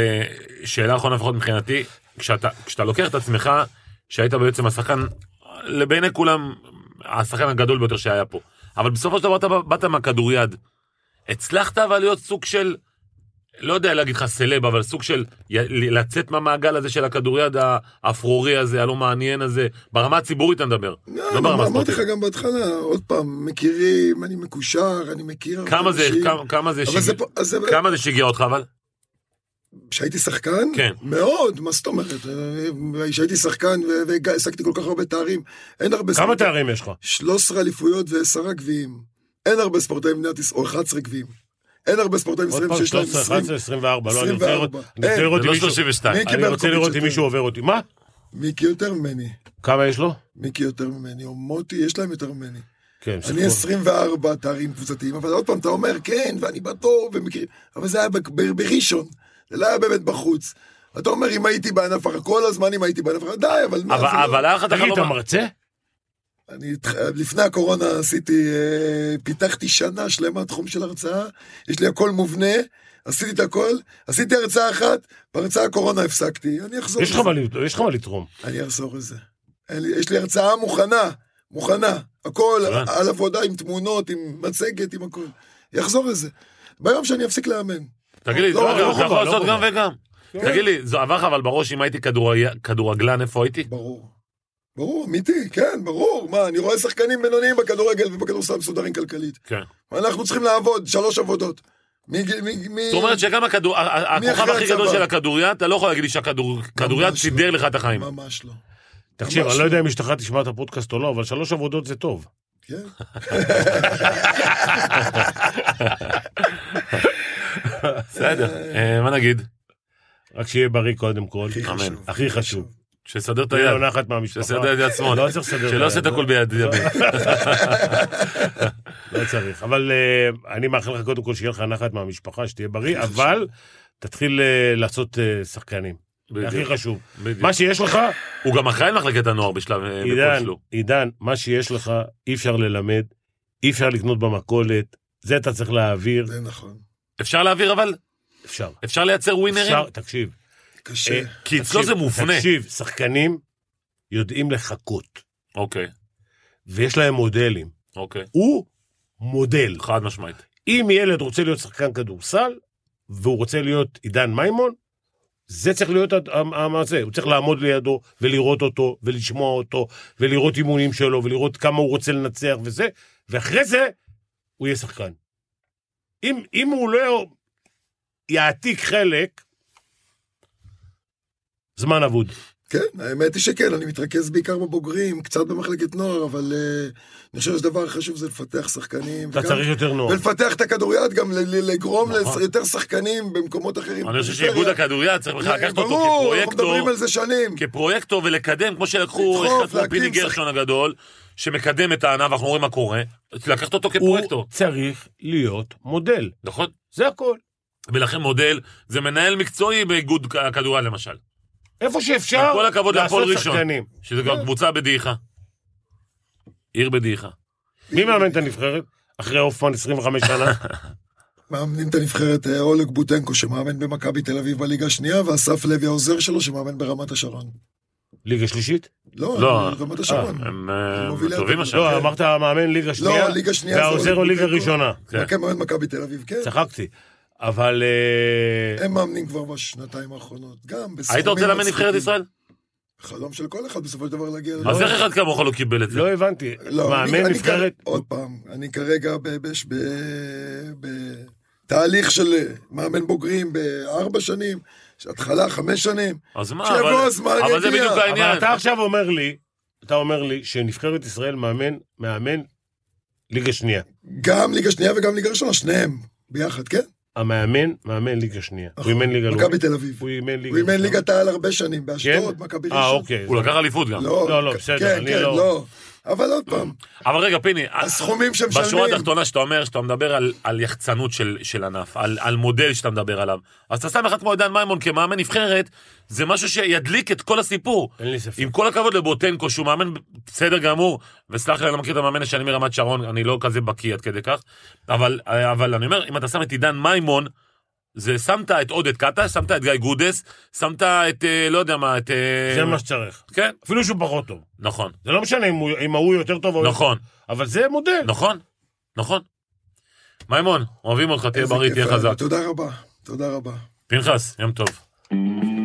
שאלה אחרונה לפחות מבחינתי, כשאתה, כשאתה לוקח את עצמך, שהיית בעצם השחקן, לבין כולם, השחקן הגדול ביותר שהיה פה, אבל בסופו של דבר אתה באת מהכדוריד, הצלחת אבל להיות סוג של, לא יודע להגיד לך סלב, אבל סוג של לצאת מהמעגל הזה של הכדוריד האפרורי הזה, הלא מעניין הזה, ברמה הציבורית אני מדבר. לא ברמה ספורטית. אמרתי לך גם בהתחלה, עוד פעם, מכירים, אני מקושר, אני מכיר... כמה זה, כמה זה כמה זה שיגע אותך אבל? שהייתי שחקן? כן. מאוד, מה זאת אומרת? שהייתי שחקן והעסקתי כל כך הרבה תארים. אין הרבה... כמה תארים יש לך? שלוש עשרה אליפויות ועשרה גביעים. אין הרבה ספורטאים במדינת ישראל, או אחד עשרה גביעים. אין הרבה ספורטאים ישראלים שיש להם עשרים. אחת עשרה, עשרים וארבע, לא, אני רוצה לראות אם מישהו עובר אותי. מה? מיקי יותר ממני. כמה יש לו? מיקי יותר ממני, או מוטי, יש להם יותר ממני. אני עשרים וארבע תארים קבוצתיים, אבל עוד פעם אתה אומר, כן, ואני בתור, אבל זה היה בראשון. זה לא היה באמת בחוץ. אתה אומר, אם הייתי בענף אחר, כל הזמן אם הייתי בענף אחר, די, אבל מה, אבל, זה אבל לא... היה לך את תגיד, אתה החלום... מרצה? אני, לפני הקורונה עשיתי, אה, פיתחתי שנה שלמה תחום של הרצאה, יש לי הכל מובנה, עשיתי את הכל, עשיתי הרצאה אחת, בהרצאה הקורונה הפסקתי, אני אחזור יש לך לזה. מה- יש לך מה לתרום. אני אחזור לזה. אין לי- יש לי הרצאה מוכנה, מוכנה, הכל הבנתי. על עבודה עם תמונות, עם מצגת, עם הכל. יחזור לזה. ביום שאני אפסיק לאמן. תגיד לי, לא, זה לא אתה חובה, יכול לא לעשות חובה. גם וגם. תגיד לי, זה עבר לך אבל בראש, אם הייתי כדורגל- כדורגלן, איפה הייתי? ברור. ברור, אמיתי, כן, ברור. מה, אני רואה שחקנים בינוניים בכדורגל ובכדורסל מסודרים כלכלית. כן. אנחנו צריכים לעבוד, שלוש עבודות. מגיל, מ... זאת אומרת שגם הכדור- ה- ה- הכוכב אחרי הכי גדול הצבא. של הכדוריד, אתה לא יכול להגיד לי שהכדוריד ממש סידר לא. לך את החיים. ממש לא. תקשיב, ממש אני לא לא. יודע אם אשתך תשמע את הפודקאסט או לא, אבל שלוש עבודות זה טוב. כן. בסדר, אה, מה נגיד? רק שיהיה בריא קודם כל. הכי אמן. חשוב. הכי חשוב. שסדר את תהיה היד. לו נחת מהמשפחה. שסדר את יד שמאל. לא צריך לסדר את שלא עושה את היד. הכל ביד ימין. לא צריך. אבל אה, אני מאחל לך קודם כל שיהיה לך נחת מהמשפחה, שתהיה בריא, הכי אבל תתחיל אה, לעשות אה, שחקנים. זה הכי בדיוק, חשוב. בדיוק. מה שיש לך, הוא גם אחראי למחלקת הנוער בשלב... אה, בכל עידן, שלו. עידן, מה שיש לך, אי אפשר ללמד, אי אפשר לקנות במכולת, זה אתה צריך להעביר, זה נכון. אפשר להעביר אבל? אפשר. אפשר לייצר ווינרים? אפשר, תקשיב. קשה. אה, כי אצלו תקשיב, זה מופנה. תקשיב, שחקנים יודעים לחכות, אוקיי, ויש להם מודלים. אוקיי. הוא מודל. חד משמעית. אם ילד רוצה להיות שחקן כדורסל, והוא רוצה להיות עידן מימון, זה צריך להיות המעשה. הוא צריך לעמוד לידו, ולראות אותו, ולשמוע אותו, ולראות אימונים שלו, ולראות כמה הוא רוצה לנצח וזה, ואחרי זה, הוא יהיה שחקן. אם, אם הוא לא יעתיק חלק, זמן אבוד. כן, האמת היא שכן, אני מתרכז בעיקר בבוגרים, קצת במחלקת נוער, אבל uh, אני חושב שדבר חשוב זה לפתח שחקנים. אתה וגם- צריך יותר נוער. ולפתח את הכדוריד, גם ל- ל- לגרום נכון. ליותר שחקנים במקומות אחרים. אני חושב בפריפריה. שאיגוד הכדוריד צריך בכלל לקחת אותו ברור, אנחנו כפרויקטור, מדברים על זה שנים. כפרויקטור ולקדם, כמו שלקחו לדחוף, אחד כמו פיני להקים גרשון הגדול, שמקדם את הענף, אנחנו רואים מה קורה, לקחת אותו הוא כפרויקטור, צריך להיות מודל. נכון? זה הכל. ולכן מודל, זה מנהל מקצועי באיגוד הכדוריד למשל. איפה שאפשר כל הכבוד להפועל לעשות ראשון. שחקנים. שזה גם קבוצה בדעיכה. עיר בדעיכה. מי מאמן את הנבחרת? אחרי אופן עשרים וחמש שנה? מאמנים את הנבחרת אה, אולג בוטנקו, שמאמן במכבי תל אביב בליגה השנייה, ואסף לוי העוזר שלו, שמאמן ברמת השרון. ליגה שלישית? לא, לא. רמת השרון. הם אה, מובילי טובים הטבלה. עכשיו. לא, אמרת מאמן ליגה שנייה? לא, ליגה שנייה. זה והעוזר אולג הוא ליגה בוטנקו. ראשונה. כן. כן, מאמן מכבי תל אביב, כן. צחקתי. אבל... אה, הם מאמנים כבר בשנתיים האחרונות. גם בסכומים היית רוצה לאמן מצחיקים. נבחרת ישראל? חלום של כל אחד בסופו של דבר להגיע... אז איך אחד כמוך לא קיבל את זה? לא הבנתי. לא, אני- מאמן אני נבחרת... כר- עוד פעם, אני כרגע ב- בש- ב- בתהליך של מאמן בוגרים בארבע שנים, התחלה חמש שנים, אז מה, שיבוא אבל- הזמן, אבל זה יגיע. בדיוק אבל העניין. אתה עכשיו אומר לי, אתה אומר לי שנבחרת ישראל מאמן, מאמן ליגה שנייה. גם ליגה שנייה וגם ליגה ראשונה, שניהם ביחד, כן? המאמן, מאמן ליגה שנייה. הוא אימן ליגה מכבי לאומית. תל אביב. הוא אימן ליגה הוא אימן ראשונה. ליגת העל הרבה שנים, באשדוד, מכבי אה, ראשון. אוקיי. הוא לקח אליפות גם. לא, לא, כ- בסדר, כן, אני כן, לא- לא. אבל עוד פעם, אבל רגע, פיני, הסכומים בשורה שמשלמים, התחתונה שאתה אומר, שאתה מדבר על, על יחצנות של, של ענף, על, על מודל שאתה מדבר עליו, אז אתה שם אחד כמו עידן מימון כמאמן נבחרת, זה משהו שידליק את כל הסיפור. אין לי ספק. עם כל הכבוד לבוטנקו, שהוא מאמן בסדר גמור, וסלח לי, אני לא מכיר את המאמן השני מרמת שרון, אני לא כזה בקיא עד כדי כך, אבל, אבל אני אומר, אם אתה שם את עידן מימון, זה שמת את עודד קטש, שמת את גיא גודס, שמת את, אה, לא יודע מה, את... אה, זה מה שצריך. כן, אפילו שהוא פחות טוב. נכון, זה לא משנה אם הוא- אם ההוא יותר טוב או... נכון, אבל זה מודל. נכון, נכון. מימון, אוהבים אותך, תהיה איזה בריא, כיף תהיה היה לי. חזק. תודה רבה, תודה רבה. פנחס, יום טוב.